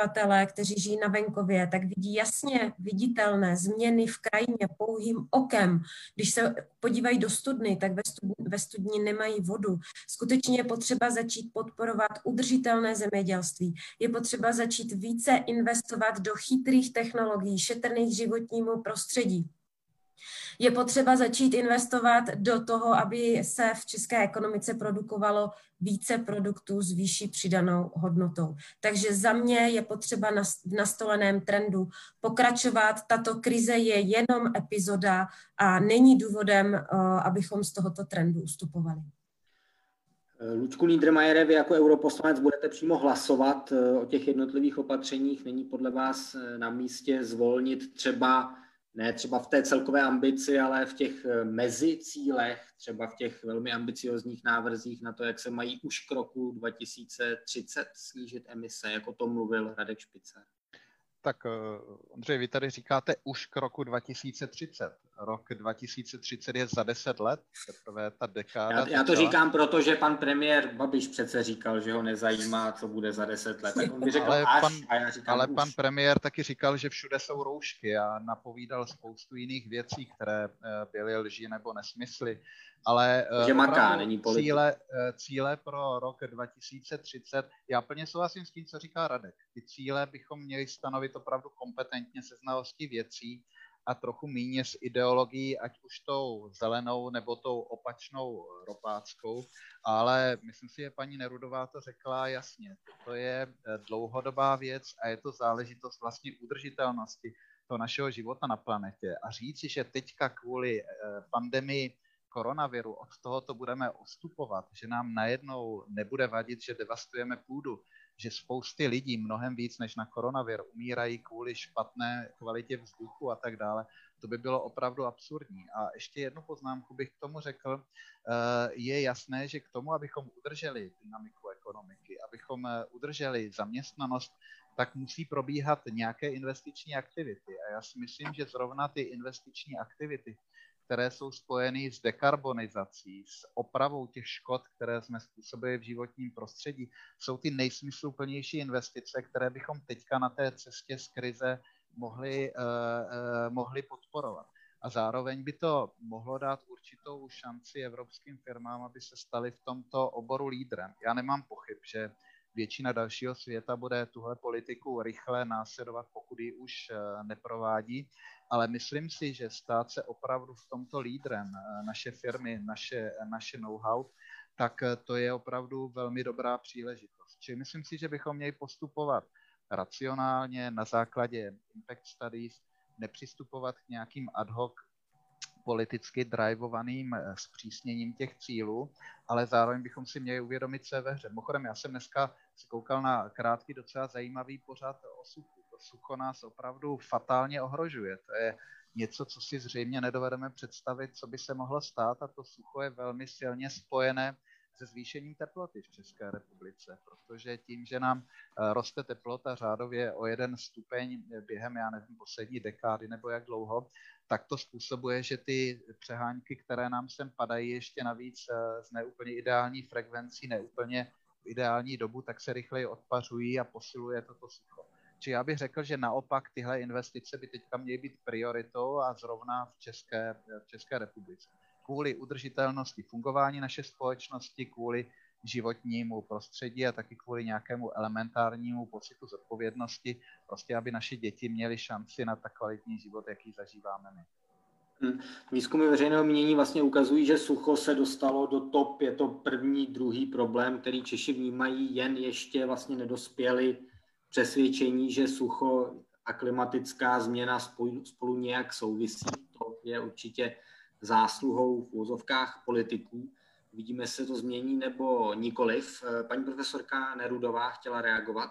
kteří žijí na venkově, tak vidí jasně viditelné změny v krajině pouhým okem. Když se podívají do studny, tak ve studni, ve studni nemají vodu. Skutečně je potřeba začít podporovat udržitelné zemědělství. Je potřeba začít více investovat do chytrých technologií, šetrných životnímu prostředí. Je potřeba začít investovat do toho, aby se v české ekonomice produkovalo více produktů s vyšší přidanou hodnotou. Takže za mě je potřeba na nastoleném trendu pokračovat. Tato krize je jenom epizoda a není důvodem, abychom z tohoto trendu ustupovali. Luďku Niedermayere, vy jako europoslanec budete přímo hlasovat o těch jednotlivých opatřeních. Není podle vás na místě zvolnit třeba ne třeba v té celkové ambici, ale v těch mezicílech, třeba v těch velmi ambiciozních návrzích na to, jak se mají už k roku dva tisíce třicet snížit emise, jak o tom mluvil Radek Špicer? Tak Ondřej, vy tady říkáte už k roku dva tisíce třicet. Rok dva tisíce třicet je za deset let, teprve ta dekáda. Já, já to říkám, protože pan premiér Babiš přece říkal, že ho nezajímá, co bude za deset let. Tak on by řekl ale až pan, a já říkám Ale už. pan premiér taky říkal, že všude jsou roušky a napovídal spoustu jiných věcí, které byly lži nebo nesmysly. Ale že maká, není politik. Cíle, cíle pro rok dva tisíce třicet, já plně souhlasím s tím, co říká Radek. Ty cíle bychom měli stanovit opravdu kompetentně se znalostí věcí a trochu míně s ideologií, ať už tou zelenou nebo tou opačnou ropáckou. Ale myslím si, že paní Nerudová to řekla jasně. To je dlouhodobá věc a je to záležitost vlastně udržitelnosti toho našeho života na planetě. A říci, že teďka kvůli pandemii koronaviru od tohoto budeme odstupovat, že nám najednou nebude vadit, že devastujeme půdu, že spousty lidí mnohem víc než na koronavir umírají kvůli špatné kvalitě vzduchu a tak dále, to by bylo opravdu absurdní. A ještě jednu poznámku bych k tomu řekl. Je jasné, že k tomu, abychom udrželi dynamiku ekonomiky, abychom udrželi zaměstnanost, tak musí probíhat nějaké investiční aktivity. A já si myslím, že zrovna ty investiční aktivity, které jsou spojeny s dekarbonizací, s opravou těch škod, které jsme způsobili v životním prostředí, jsou ty nejsmysluplnější investice, které bychom teďka na té cestě z krize mohli, uh, uh, mohli podporovat. A zároveň by to mohlo dát určitou šanci evropským firmám, aby se staly v tomto oboru lídrem. Já nemám pochyb, že většina dalšího světa bude tuhle politiku rychle následovat, pokud ji už neprovádí, ale myslím si, že stát se opravdu v tomto lídrem, naše firmy, naše, naše know-how, tak to je opravdu velmi dobrá příležitost. Čili myslím si, že bychom měli postupovat racionálně na základě impact studies, nepřistupovat k nějakým ad hoc politicky drivovaným zpřísněním těch cílů, ale zároveň bychom si měli uvědomit, co je ve hře. Mimochodem, já jsem dneska si koukal na krátký, docela zajímavý pořad o suchu. To sucho nás opravdu fatálně ohrožuje. To je něco, co si zřejmě nedovedeme představit, co by se mohlo stát, a to sucho je velmi silně spojené se zvýšením teploty v České republice, protože tím, že nám roste teplota řádově o jeden stupeň během, já nevím, poslední dekády nebo jak dlouho, tak to způsobuje, že ty přehánky, které nám sem padají ještě navíc z neúplně ideální frekvencí, neúplně v ideální dobu, tak se rychleji odpařují a posiluje toto sucho. Či já bych řekl, že naopak tyhle investice by teďka měly být prioritou a zrovna v České, v České republice. Kvůli udržitelnosti fungování naší společnosti, kvůli životnímu prostředí a taky kvůli nějakému elementárnímu pocitu zodpovědnosti, prostě aby naše děti měly šanci na tak kvalitní život, jaký zažíváme my. Hmm. Výzkumy veřejného mínění vlastně ukazují, že sucho se dostalo do top, je to první, druhý problém, který Češi vnímají, jen ještě vlastně nedospěli přesvědčení, že sucho a klimatická změna spolu, spolu nějak souvisí. To je určitě zásluhou v úvozovkách politiků. Vidíme, se to změní nebo nikoliv. Paní profesorka Nerudová chtěla reagovat.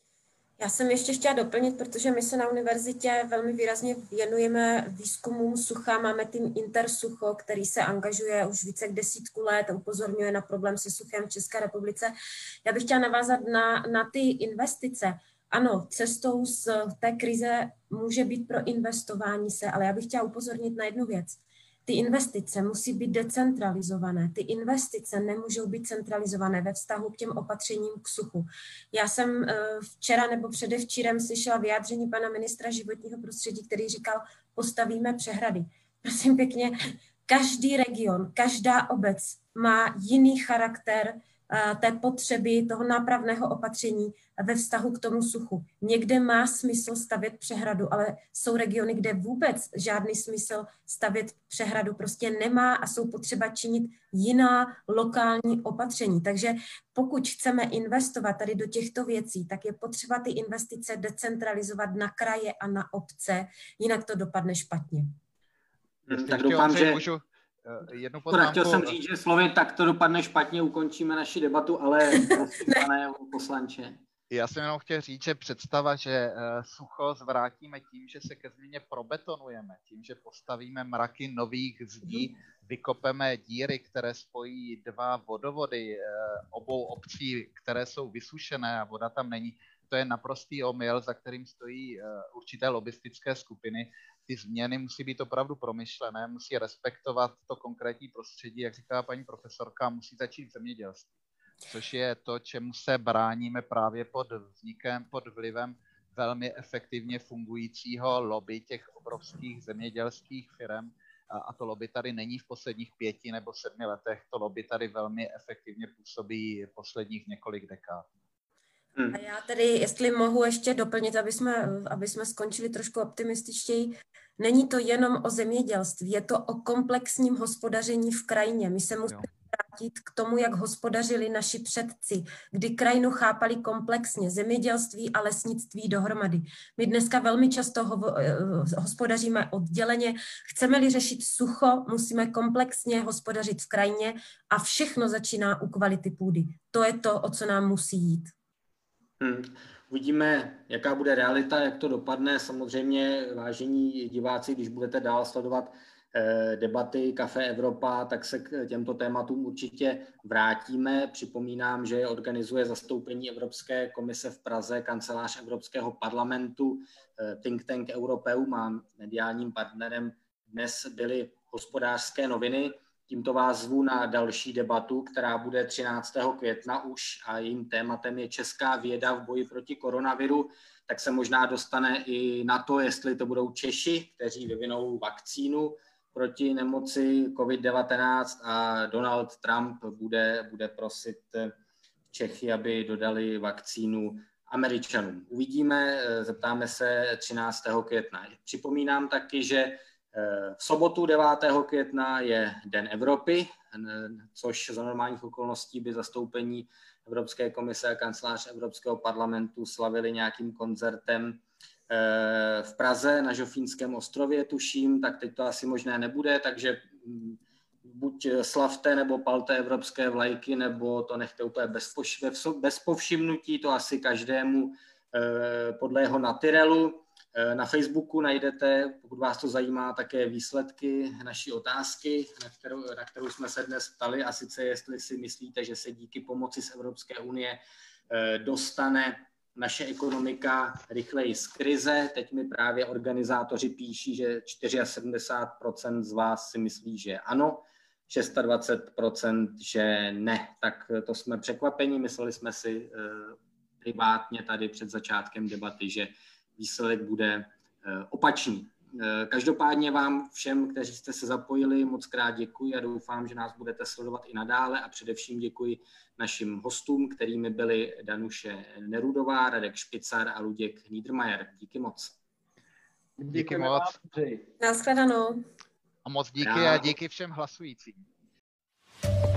Já jsem ještě chtěla doplnit, protože my se na univerzitě velmi výrazně věnujeme výzkumům sucha. Máme tým Intersucho, který se angažuje už více jak desítku let a upozorňuje na problém se suchem v České republice. Já bych chtěla navázat na, na ty investice. Ano, cestou z té krize může být pro investování se, ale já bych chtěla upozornit na jednu věc. Ty investice musí být decentralizované. Ty investice nemůžou být centralizované ve vztahu k těm opatřením k suchu. Já jsem včera nebo předevčírem slyšela vyjádření pana ministra životního prostředí, který říkal, postavíme přehrady. Prosím pěkně, každý region, každá obec má jiný charakter té potřeby toho nápravného opatření ve vztahu k tomu suchu. Někde má smysl stavět přehradu, ale jsou regiony, kde vůbec žádný smysl stavět přehradu prostě nemá a jsou potřeba činit jiná lokální opatření. Takže pokud chceme investovat tady do těchto věcí, tak je potřeba ty investice decentralizovat na kraje a na obce, jinak to dopadne špatně. Tak doufám, že... Můžu... Jednu poznámku. Chtěl jsem říct, že slovy tak to dopadne špatně, ukončíme naši debatu, ale prosím, pane poslanče. Já jsem jenom chtěl říct, že představa, že sucho zvrátíme tím, že se ke změně probetonujeme, tím, že postavíme mraky nových zdí, vykopeme díry, které spojí dva vodovody obou obcí, které jsou vysušené a voda tam není, to je naprostý omyl, za kterým stojí určité lobistické skupiny. Ty změny musí být opravdu promyšlené, musí respektovat to konkrétní prostředí, jak říká paní profesorka, musí začít v zemědělství, což je to, čemu se bráníme právě pod vznikem, pod vlivem velmi efektivně fungujícího lobby těch obrovských zemědělských firm. A to lobby tady není v posledních pěti nebo sedmi letech, to lobby tady velmi efektivně působí posledních několik dekád. A já tedy, jestli mohu ještě doplnit, aby jsme, aby jsme skončili trošku optimističtěji, není to jenom o zemědělství, je to o komplexním hospodaření v krajině. My se musíme vrátit k tomu, jak hospodařili naši předci, kdy krajinu chápali komplexně, zemědělství a lesnictví dohromady. My dneska velmi často ho, hospodaříme odděleně. Chceme-li řešit sucho, musíme komplexně hospodařit v krajině a všechno začíná u kvality půdy. To je to, o co nám musí jít. Hmm. Uvidíme, jaká bude realita, jak to dopadne. Samozřejmě, vážení diváci, když budete dál sledovat eh, debaty Café Evropa, tak se k těmto tématům určitě vrátíme. Připomínám, že organizuje zastoupení Evropské komise v Praze, kancelář Evropského parlamentu, eh, think tank Europeum a mediálním partnerem dnes byly Hospodářské noviny. Tímto vás zvu na další debatu, která bude třináctého května už a jejím tématem je česká věda v boji proti koronaviru, tak se možná dostane i na to, jestli to budou Češi, kteří vyvinou vakcínu proti nemoci covid devatenáct a Donald Trump bude, bude prosit Čechy, aby dodali vakcínu Američanům. Uvidíme, zeptáme se třináctého května. Připomínám taky, že v sobotu devátého května je Den Evropy, což za normálních okolností by zastoupení Evropské komise a kancelář Evropského parlamentu slavili nějakým koncertem v Praze na Žofínském ostrově, tuším, tak teď to asi možné nebude, takže buď slavte nebo palte evropské vlajky, nebo to nechte úplně bez, povš- bez povšimnutí, to asi každému podle jeho natyrelu. Na Facebooku najdete, pokud vás to zajímá, také výsledky naší otázky, na kterou, na kterou jsme se dnes ptali, a sice jestli si myslíte, že se díky pomoci z Evropské unie dostane naše ekonomika rychleji z krize. Teď mi právě organizátoři píší, že sedmdesát čtyři procent z vás si myslí, že ano, dvacet šest procent, že ne. Tak to jsme překvapeni, mysleli jsme si privátně tady před začátkem debaty, že výsledek bude opačný. Každopádně vám všem, kteří jste se zapojili, moc krát děkuji a doufám, že nás budete sledovat i nadále a především děkuji našim hostům, kterými byli Danuše Nerudová, Radek Špicar a Luděk Niedermayer. Díky moc. Díky moc. Naschledanou. A moc díky a díky všem hlasujícím.